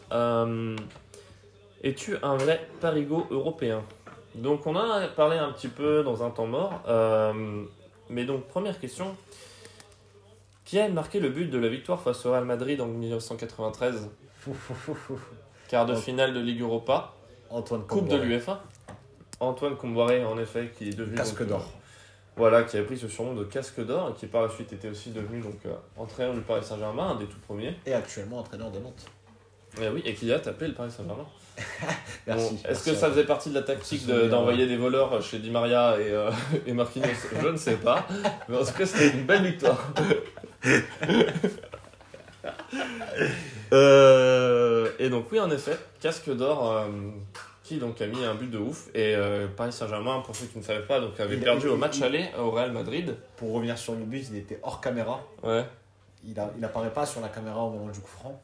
Es-tu un vrai parigo européen? Donc on en a parlé un petit peu dans un temps mort. Mais donc première question. Qui a marqué le but de la victoire face au Real Madrid en 1993? Quart de finale de Ligue Europa. Antoine Coupe de l'UEFA. Antoine Comboiré, en effet, qui est devenu... Casque d'or. Voilà, qui avait pris ce surnom de casque d'or et qui par la suite était aussi devenu entraîneur du Paris Saint-Germain, un des tout premiers. Et actuellement entraîneur de Nantes. Et oui, et qui a tapé le Paris Saint-Germain. Merci. Bon, est-ce que ça faisait partie de la tactique d'envoyer des voleurs chez Di Maria et Marquinhos? Je ne sais pas. Mais en tout cas, c'était une belle victoire. Et donc oui, en effet, casque d'or qui donc a mis un but de ouf. Et Paris Saint-Germain, pour ceux qui ne savaient pas, donc avait perdu au match aller au Real Madrid. Pour revenir sur le but, il était hors caméra. Ouais. Il apparaît pas sur la caméra au moment du coup franc.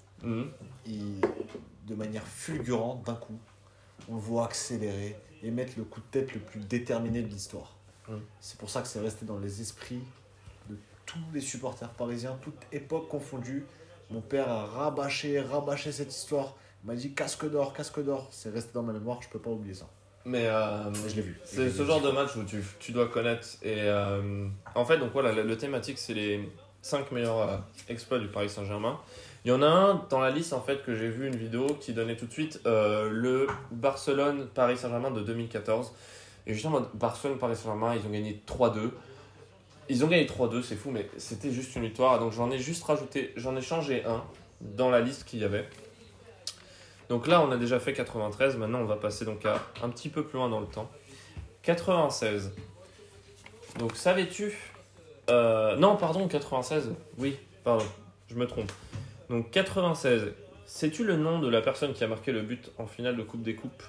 De manière fulgurante, d'un coup, on le voit accélérer et mettre le coup de tête le plus déterminé de l'histoire. C'est pour ça que c'est resté dans les esprits de tous les supporters parisiens, toute époque confondue. Mon père a rabâché cette histoire. Il m'a dit casque d'or. C'est resté dans ma mémoire, je peux pas oublier ça. Mais je l'ai vu. C'est ce genre de match où tu dois connaître. Et en fait, donc voilà, le thématique, c'est 5 meilleurs exploits du Paris Saint-Germain. Il y en a un dans la liste en fait que j'ai vu une vidéo qui donnait tout de suite le Barcelone-Paris Saint-Germain de 2014. Et justement, Barcelone-Paris Saint-Germain, ils ont gagné 3-2. Ils ont gagné 3-2, c'est fou, mais c'était juste une victoire. Donc j'en ai changé un dans la liste qu'il y avait. Donc là, on a déjà fait 93. Maintenant, on va passer donc à un petit peu plus loin dans le temps. 96. Donc savais-tu... non, pardon, 96. Oui, pardon, je me trompe. Donc 96. Sais-tu le nom de la personne qui a marqué le but en finale de Coupe des Coupes?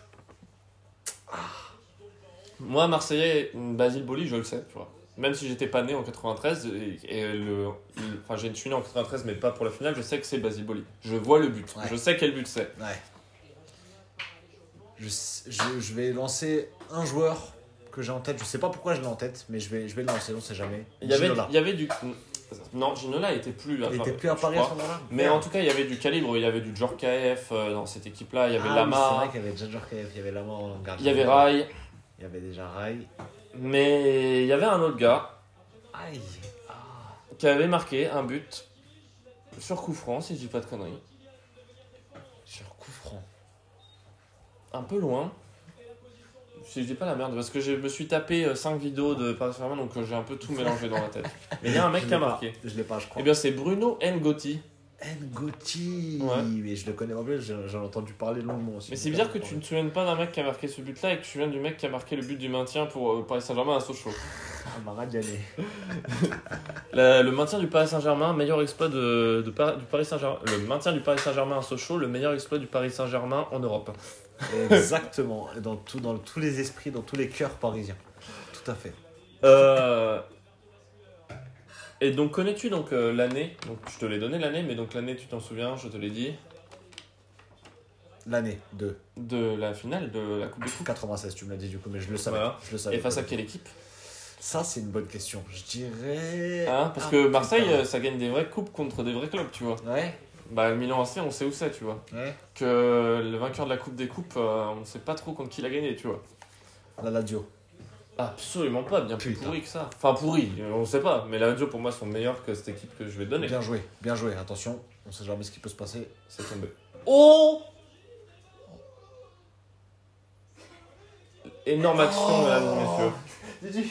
Moi, Marseillais, Basile Boli, je le sais, tu vois. Même si j'étais pas né en 93, enfin, je suis né en 93, mais pas pour la finale, je sais que c'est Basile Boli. Je vois le but, Ouais. je sais quel but c'est. Ouais. Je vais lancer un joueur que j'ai en tête. Je sais pas pourquoi je l'ai en tête, mais je vais le lancer, on sait jamais. Ginola. Il y avait du... Non, Ginola était plus... Il était plus à je Paris à crois. ce moment-là. Mais en tout cas, il y avait du calibre, il y avait du Djorkaeff dans cette équipe-là, il y avait Ah, Lama, oui, c'est vrai qu'il y avait Djorkaeff, il y avait Lama en gardien. il y avait Rai, Il y avait déjà Rai. mais il y avait un autre gars Aïe. qui avait marqué un but sur coup franc, si je dis pas de conneries. Sur coup franc. Un peu loin, si je dis pas la merde, parce que je me suis tapé 5 vidéos de Paris Saint-Germain, donc j'ai un peu tout mélangé dans la tête. Mais il y a un mec qui a marqué. Je l'ai pas, je crois. Eh bien, c'est Bruno Ngoti. N'Goti. Ouais. Mais je le connais en plus, j'en ai entendu parler longuement aussi. Mais c'est bizarre que tu ne te souviennes pas d'un mec qui a marqué ce but-là et que tu viennes du mec qui a marqué le but du maintien pour Paris Saint-Germain à Sochaux. Ah, Maradiané. Le maintien du Paris Saint-Germain, meilleur exploit du Paris Saint-Germain. Le maintien du Paris Saint-Germain à Sochaux, le meilleur exploit du Paris Saint-Germain en Europe. Exactement. Dans tous les esprits, dans tous les cœurs parisiens. Tout à fait. Et donc, connais-tu donc l'année? Donc, je te l'ai donné l'année, mais donc l'année, tu t'en souviens, je te l'ai dit, L'année de de la finale de la Coupe des Coupes. 96, tu me l'as dit du coup, mais je le savais. Voilà. Je le savais. Et face à quelle équipe? Ça, c'est une bonne question. Je dirais. Parce Ah, que Marseille, putain. ça gagne des vraies coupes contre des vrais clubs, tu vois. Ouais. Bah, le Milan AC, on sait où c'est, tu vois. Ouais. Que le vainqueur de la Coupe des Coupes, on sait pas trop contre qui il a gagné, tu vois. La Lazio. Absolument pas, bien plus Putain. pourri que ça. Enfin, pourri, on sait pas. Mais la Lazio, pour moi, sont meilleurs que cette équipe que je vais te donner. Bien joué, bien joué. Attention, on sait jamais ce qui peut se passer. C'est tombé. Oh! Énorme action, mesdames et messieurs.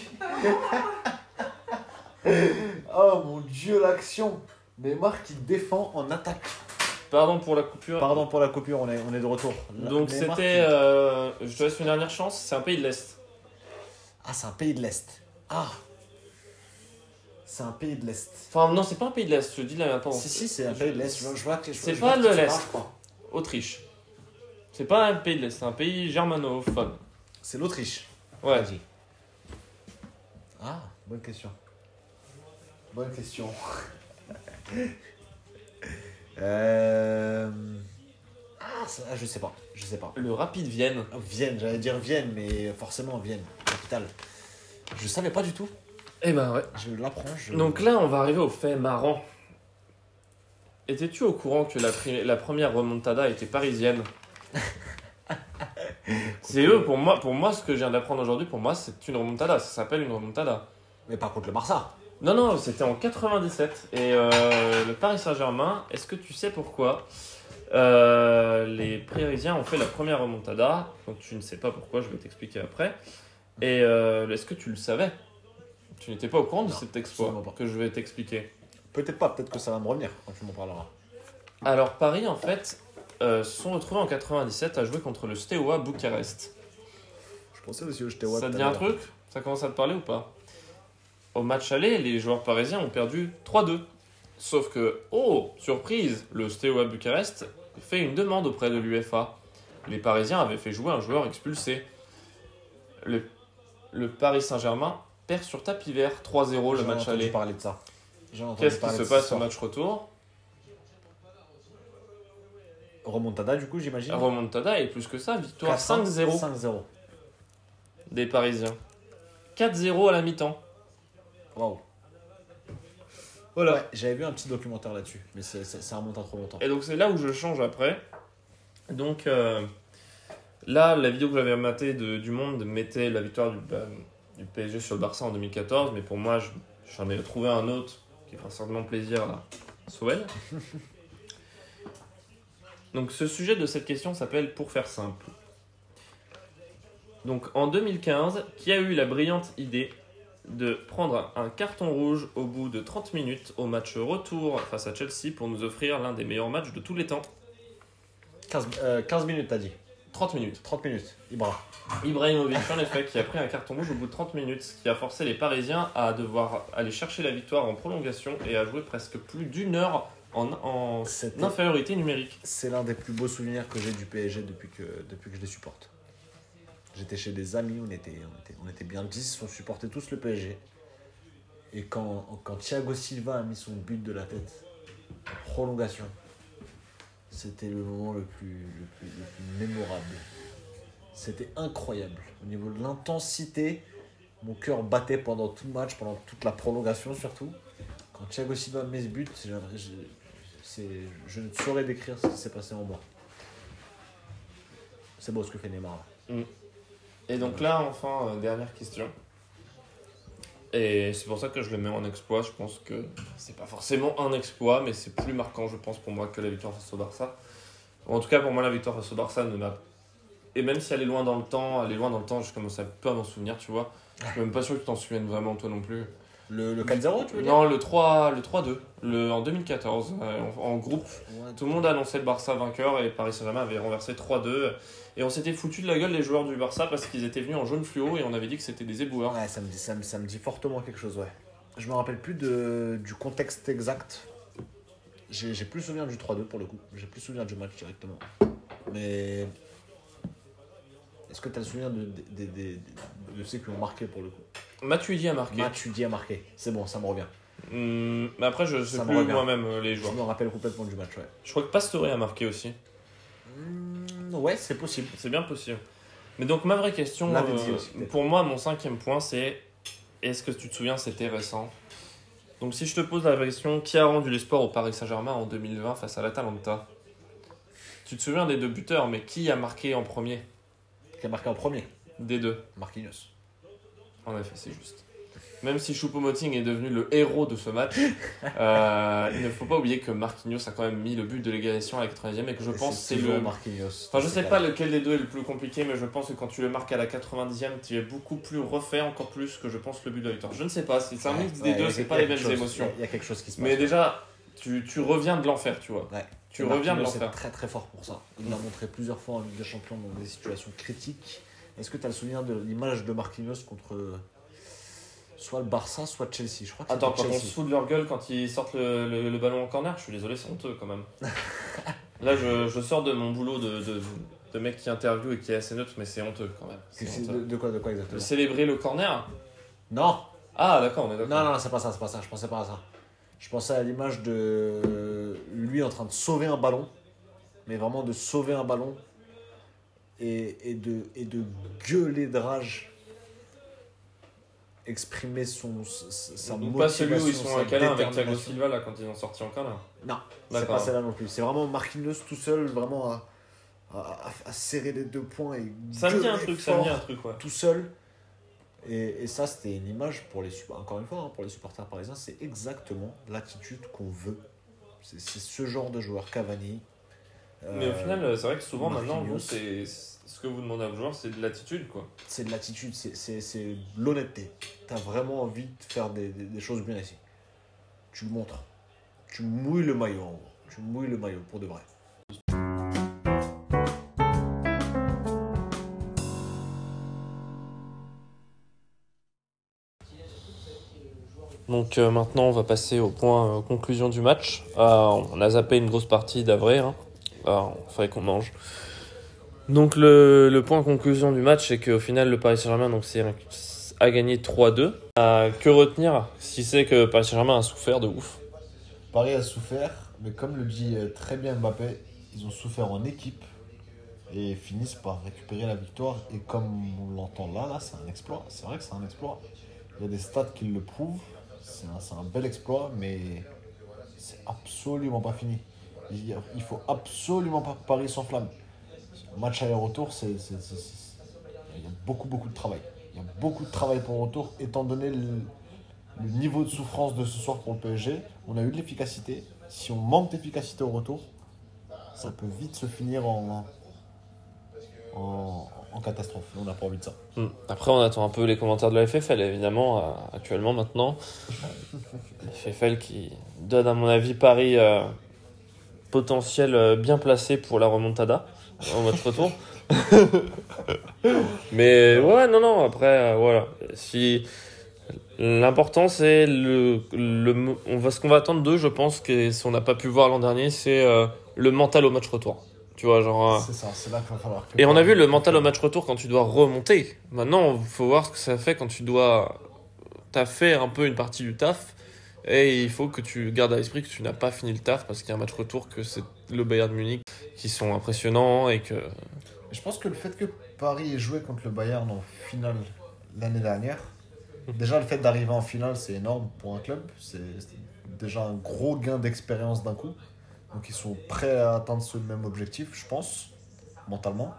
Oh mon dieu, l'action. Neymar qui défend en attaque. Pardon pour la coupure. Pardon pour la coupure, on est de retour. Donc Neymar c'était... qui- je te laisse une dernière chance, c'est un pays de l'Est. Ah, c'est un pays de l'Est. Ah. C'est un pays de l'Est. Enfin, non, c'est pas un pays de l'Est, je dis là maintenant. Si, c'est un pays de l'Est. Je vois que C'est je pas vois de que tu l'Est. parles, je crois. Autriche. C'est pas un pays de l'Est, c'est un pays germanophone. C'est l'Autriche. Ouais. Vas-y. Ah, bonne question. Bonne question. Je sais pas. Je sais pas. Le Rapide Vienne. Vienne, j'allais dire Vienne, mais forcément Vienne, capitale. Je savais pas du tout. Eh ben ouais. Je l'apprends. Donc là, on va arriver au fait marrant. Étais-tu au courant que la première remontada était parisienne? C'est eux, pour moi, ce que je viens d'apprendre aujourd'hui, pour moi, c'est une remontada. Ça s'appelle une remontada. Mais par contre, le Barça. Non, c'était en 97. Et le Paris Saint-Germain, est-ce que tu sais pourquoi les Parisiens ont fait la première remontada? Donc tu ne sais pas pourquoi, je vais t'expliquer après. Et est-ce que tu le savais? Tu n'étais pas au courant de Non, cet exploit absolument pas. que je vais t'expliquer. Peut-être pas, peut-être que ça va me revenir quand tu m'en parleras. Alors Paris, en fait, se sont retrouvés en 97 à jouer contre le Steaua Bucarest. Je pensais aussi au Steaua. Ça te dit un truc? Ça commence à te parler ou pas? Au match aller, les joueurs parisiens ont perdu 3-2. Sauf que, oh, surprise, le Steaua Bucarest fait une demande auprès de l'UEFA. Les Parisiens avaient fait jouer un joueur expulsé. Le Paris Saint-Germain perd sur tapis vert 3-0 le match aller. parler de ça. J'ai entendu Qu'est-ce qui parler se de passe ça. au match retour? Remontada, du coup, j'imagine. Remontada et plus que ça, victoire 5-0 5-0. des Parisiens. 4-0 à la mi-temps. Waouh. Voilà. Ouais, j'avais vu un petit documentaire là-dessus, mais ça remonte à trop longtemps. Et donc c'est là où je change après. Donc là, la vidéo que j'avais matée du Monde mettait la victoire du PSG sur le Barça en 2014, mais pour moi, j'en ai trouvé un autre qui fera certainement plaisir à Soel. Donc ce sujet de cette question s'appelle Pour faire simple. Donc en 2015, qui a eu la brillante idée de prendre un carton rouge au bout de 30 minutes au match retour face à Chelsea pour nous offrir l'un des meilleurs matchs de tous les temps? 15 minutes, t'as dit. 30 minutes. 30 minutes. Ibra. Ibrahimovic, en effet, qui a pris un carton rouge au bout de 30 minutes, ce qui a forcé les Parisiens à devoir aller chercher la victoire en prolongation et à jouer presque plus d'une heure en infériorité numérique. C'est l'un des plus beaux souvenirs que j'ai du PSG depuis que je les supporte. J'étais chez des amis, on était bien 10, on supportait tous le PSG. Et quand Thiago Silva a mis son but de la tête en prolongation, c'était le moment le plus mémorable. C'était incroyable. Au niveau de l'intensité, mon cœur battait pendant tout le match, pendant toute la prolongation surtout. Quand Thiago Silva met ce but, je ne saurais décrire ce qui s'est passé en moi. C'est beau ce que fait Neymar. Et donc là, enfin, dernière question. Et c'est pour ça que je le mets en exploit. Je pense que c'est pas forcément un exploit, mais c'est plus marquant, je pense, pour moi, que la victoire face au Barça. En tout cas, pour moi, la victoire face au Barça ne m'a... Et même si elle est loin dans le temps, je commence à peu à m'en souvenir, tu vois. Je suis même pas sûr que tu t'en souviennes vraiment, toi non plus. Le 4-0, tu veux dire? Non, le 3-2, en 2014, en groupe. Ouais. Tout le monde annonçait le Barça vainqueur et Paris Saint-Germain avait renversé 3-2. Et on s'était foutu de la gueule des joueurs du Barça parce qu'ils étaient venus en jaune fluo et on avait dit que c'était des éboueurs. Ouais, ça me dit fortement quelque chose, ouais. Je me rappelle plus du contexte exact. J'ai plus souvenir du 3-2 pour le coup. J'ai plus souvenir du match directement. Mais est-ce que tu as le souvenir de ceux qui ont marqué pour le coup? Matuidi a marqué. Matuidi a marqué. C'est bon, ça me revient. Mais après, je sais Ça me plus revient. moi-même les Je joueurs. me rappelle complètement du match, ouais. Je crois que Pastore a marqué aussi. Ouais, c'est possible. C'est bien possible. Mais donc, ma vraie question, L'avait dit aussi, peut-être. pour moi, mon 5e point, c'est est-ce que tu te souviens, c'était récent? Donc, si je te pose la question, qui a rendu l'espoir au Paris Saint-Germain en 2020 face à l'Atalanta? Tu te souviens des deux buteurs, mais qui a marqué en premier? Qui a marqué en premier? Des deux. Marquinhos. En effet, c'est juste. Même si Choupo-Moting est devenu le héros de ce match, il ne faut pas oublier que Marquinhos a quand même mis le but de l'égalisation à la 90e et que je pense que c'est le... Marquinhos. Enfin, je sais pas lequel des deux est le plus compliqué, mais je pense que quand tu le marques à la 90e, tu es beaucoup plus refait, encore plus que je pense le but de la victoire. Je ne sais pas, c'est un mix des deux, c'est pas les mêmes émotions. Il y a quelque chose qui se passe. Mais déjà, tu reviens de l'enfer, tu vois. Ouais. Tu reviens de Marquinhos l'enfer. est très très fort pour ça. Il l'a montré plusieurs fois en Ligue des Champions dans des situations critiques. Est-ce que tu as le souvenir de l'image de Marquinhos contre soit le Barça, soit Chelsea? Je crois que Attends, c'était quand on Chelsea. se fout de leur gueule quand ils sortent le ballon en corner, je suis désolé, c'est honteux quand même. Là, je sors de mon boulot de mec qui interviewe et qui est assez neutre, mais c'est honteux quand même. C'est honteux. De quoi De exactement? célébrer le corner? Non, Ah, d'accord, on est d'accord. non, c'est pas ça. Je pensais pas à ça. Je pensais à l'image de lui en train de sauver un ballon, mais vraiment de sauver un ballon et de gueuler de rage, exprimer sa Donc motivation. pas celui où ils sont sa à câlin avec Thiago détermination. Silva là quand ils ont sorti en corner. Non, c'est D'accord. pas celle-là non plus. C'est vraiment Marquinhos tout seul, vraiment à serrer les deux poings et Ça me dit un gueuler truc, ça me dit un fort, truc, ouais. tout seul. Et ça, c'était une image pour encore une fois, hein, pour les supporters parisiens, c'est exactement l'attitude qu'on veut. C'est ce genre de joueur, Cavani. Mais au final, c'est vrai que souvent maintenant, Marquinhos. vous, c'est ce que vous demandez à vos joueurs, c'est de l'attitude, quoi. C'est de l'attitude, c'est de l'honnêteté. T'as vraiment envie de faire des choses bien ici. Tu le montres. Tu mouilles le maillot, en gros. Tu mouilles le maillot, pour de vrai. Donc maintenant, on va passer au point conclusion du match. On a zappé une grosse partie d'avril. Hein. Il fallait qu'on mange. Donc le point conclusion du match, c'est qu'au final, le Paris Saint-Germain a gagné 3-2. Que retenir si c'est que Paris Saint-Germain a souffert de ouf? Paris a souffert, mais comme le dit très bien Mbappé, ils ont souffert en équipe et finissent par récupérer la victoire. Et comme on l'entend là, c'est un exploit. C'est vrai que c'est un exploit. Il y a des stats qui le prouvent. C'est un bel exploit, mais c'est absolument pas fini. Il faut absolument pas que Paris s'enflamme. Match aller-retour, il y a beaucoup de travail. Il y a beaucoup de travail pour le retour, étant donné le niveau de souffrance de ce soir pour le PSG. On a eu de l'efficacité. Si on manque d'efficacité au retour, ça peut vite se finir en catastrophe. On n'a pas envie de ça. Après, on attend un peu les commentaires de la FFL, évidemment, actuellement, maintenant. La FFL qui donne, à mon avis, Paris potentiel bien placé pour la remontada en match retour. Mais ouais, non, après, voilà. Si... L'important, c'est ce qu'on va attendre d'eux, je pense, que si on n'a pas pu voir l'an dernier, c'est le mental au match retour. Tu vois, genre. C'est ça, c'est là qu'il va falloir. Et on a vu le mental au match retour quand tu dois remonter. Maintenant, il faut voir ce que ça fait quand tu dois. T'as fait un peu une partie du taf. Et il faut que tu gardes à l'esprit que tu n'as pas fini le taf parce qu'il y a un match retour, que c'est le Bayern Munich qui sont impressionnants et que. Je pense que le fait que Paris ait joué contre le Bayern en finale l'année dernière, déjà le fait d'arriver en finale, c'est énorme pour un club. C'est déjà un gros gain d'expérience d'un coup. Donc ils sont prêts à atteindre ce même objectif, je pense, mentalement.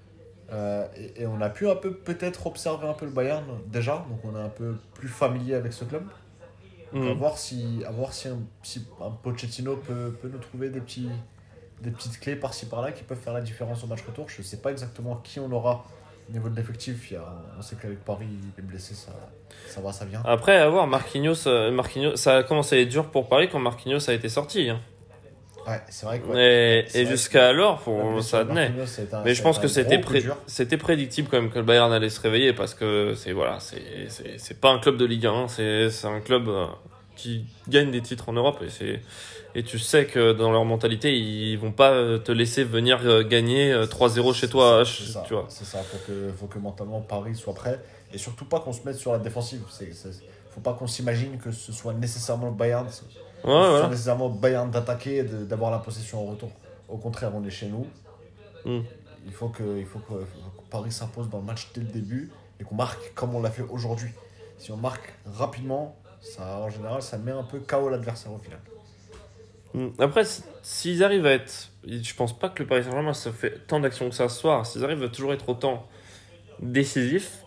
Et on a pu un peu peut-être observer un peu le Bayern déjà, donc on est un peu plus familier avec ce club. Donc à voir si un Pochettino peut nous trouver des petites clés par-ci par-là qui peuvent faire la différence au match retour. Je ne sais pas exactement qui on aura au niveau de l'effectif. On sait qu'avec Paris, les blessés, ça va, ça vient. Après, à voir, Marquinhos, ça a commencé à être dur pour Paris quand Marquinhos a été sorti. Hein. Ouais, c'est vrai que. Et jusqu'à alors, ça tenait. Mais je pense que c'était prédictible quand même que le Bayern allait se réveiller parce que c'est pas un club de Ligue 1, hein, c'est un club qui gagne des titres en Europe et tu sais que dans leur mentalité, ils vont pas te laisser venir gagner 3-0 chez toi. Tu vois. C'est ça, faut que mentalement Paris soit prêt et surtout pas qu'on se mette sur la défensive. Faut pas qu'on s'imagine que ce soit nécessairement le Bayern. Voilà. Nécessairement Bayern d'attaquer et d'avoir la possession en retour. Au contraire, on est chez nous. Il faut que Paris s'impose dans le match dès le début et qu'on marque comme on l'a fait aujourd'hui. Si on marque rapidement, en général, ça met un peu KO l'adversaire au final. Après, s'ils arrivent à être... Je pense pas que le Paris Saint-Germain ça fait tant d'actions que ça ce soir. S'ils arrivent à toujours être autant décisifs,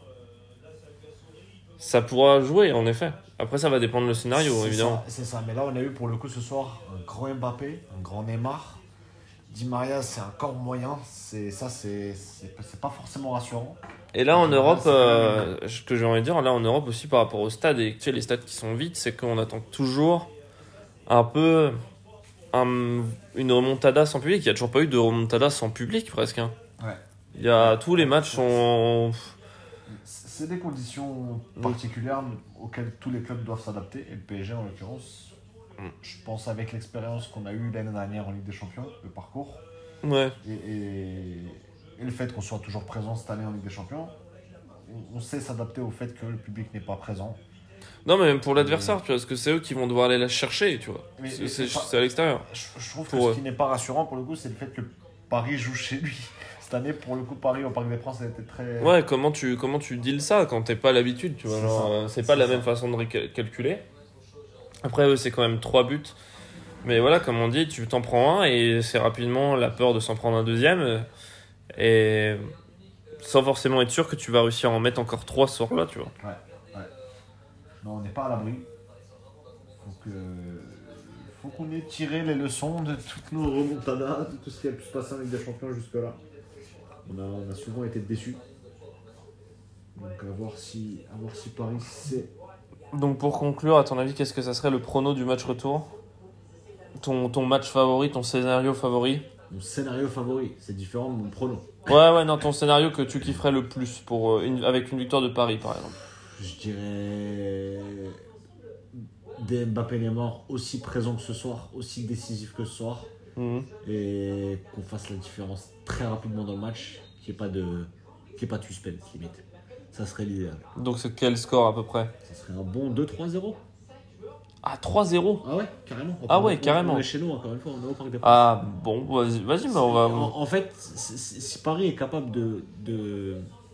ça pourra jouer, en effet. Après, ça va dépendre du scénario, évidemment. C'est ça, mais là, on a eu pour le coup ce soir un grand Mbappé, un grand Neymar. Di Maria, c'est encore moyen. C'est pas forcément rassurant. Et là, en Europe, ce que j'ai envie de dire, là, en Europe aussi, par rapport au stade, et tu sais, les stades qui sont vides, c'est qu'on attend toujours un peu une remontada sans public. Il n'y a toujours pas eu de remontada sans public, presque. Hein. Ouais. Tous les matchs sont... C'est des conditions particulières auxquelles tous les clubs doivent s'adapter, et le PSG en l'occurrence, je pense avec l'expérience qu'on a eue l'année dernière en Ligue des Champions, le parcours, ouais. et le fait qu'on soit toujours présent cette année en Ligue des Champions, on sait s'adapter au fait que le public n'est pas présent. Non, mais même pour l'adversaire, tu vois, parce que c'est eux qui vont devoir aller la chercher, tu vois. C'est à l'extérieur. Je trouve que ce qui n'est pas rassurant pour le coup, c'est le fait que Paris joue chez lui. Cette année, pour le coup, Paris au Parc des Princes a été très... Ouais, comment tu deals ça quand t'es pas l'habitude, tu vois. C'est pas la même façon de calculer. Après, eux, c'est quand même 3 buts. Mais voilà, comme on dit, tu t'en prends un et c'est rapidement la peur de s'en prendre un deuxième. Et sans forcément être sûr que tu vas réussir à en mettre encore 3 ce soir-là, tu vois. Ouais. Non, on n'est pas à l'abri. Faut qu'on ait tiré les leçons de toutes nos remontadas, de tout ce qui a pu se passer en Ligue des Champions jusque-là. On a souvent été déçus. Donc à voir si Paris sait. Donc pour conclure, à ton avis, qu'est-ce que ça serait le prono du match retour ? Ton match favori, ton scénario favori ? Mon scénario favori, c'est différent de mon prono. Ouais, non, ton scénario que tu kifferais le plus avec une victoire de Paris, par exemple. Je dirais des Mbappé Neymar aussi présents que ce soir, aussi décisifs que ce soir. Et qu'on fasse la différence très rapidement dans le match, qu'il n'y ait pas de suspense limite. Ça serait l'idéal. Donc c'est quel score à peu près ? Ça serait un bon 2-3-0. Ah, 3-0 ? Ah ouais, carrément. Carrément. On est chez nous, encore une fois, on est au Parc des Princes. Ah bon, vas-y, mais on va... En fait, si Paris est capable de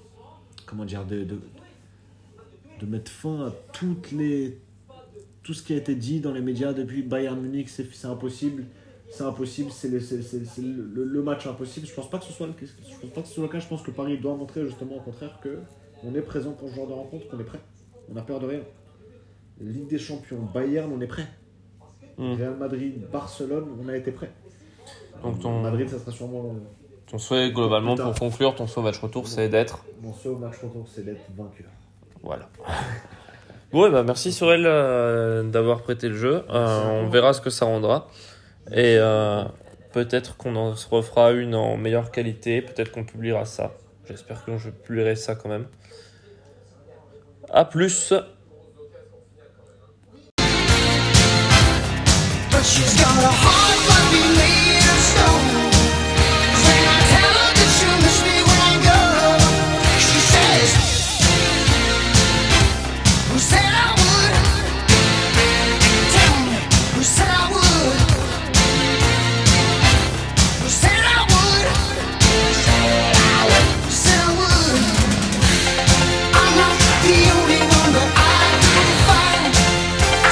mettre fin à tout ce qui a été dit dans les médias depuis Bayern Munich, c'est impossible. C'est impossible, c'est le match impossible. Je pense pas que ce soit le cas. Je pense que Paris doit montrer justement au contraire qu'on est présent pour ce genre de rencontre, qu'on est prêt. On n'a peur de rien. Ligue des Champions, Bayern, on est prêt. Real Madrid, Barcelone, on a été prêt. Donc Madrid, ça sera sûrement... ton souhait, globalement, Plus tard. pour conclure, ton souhait au match retour, c'est d'être... Mon seul match retour, c'est d'être vainqueur. Voilà. Bon, et bah, merci Sorel d'avoir prêté le jeu. On verra ce que ça rendra. Et peut-être qu'on en se refera une en meilleure qualité. Peut-être qu'on publiera ça. J'espère que je publierai ça quand même. A plus. But she's got a heart like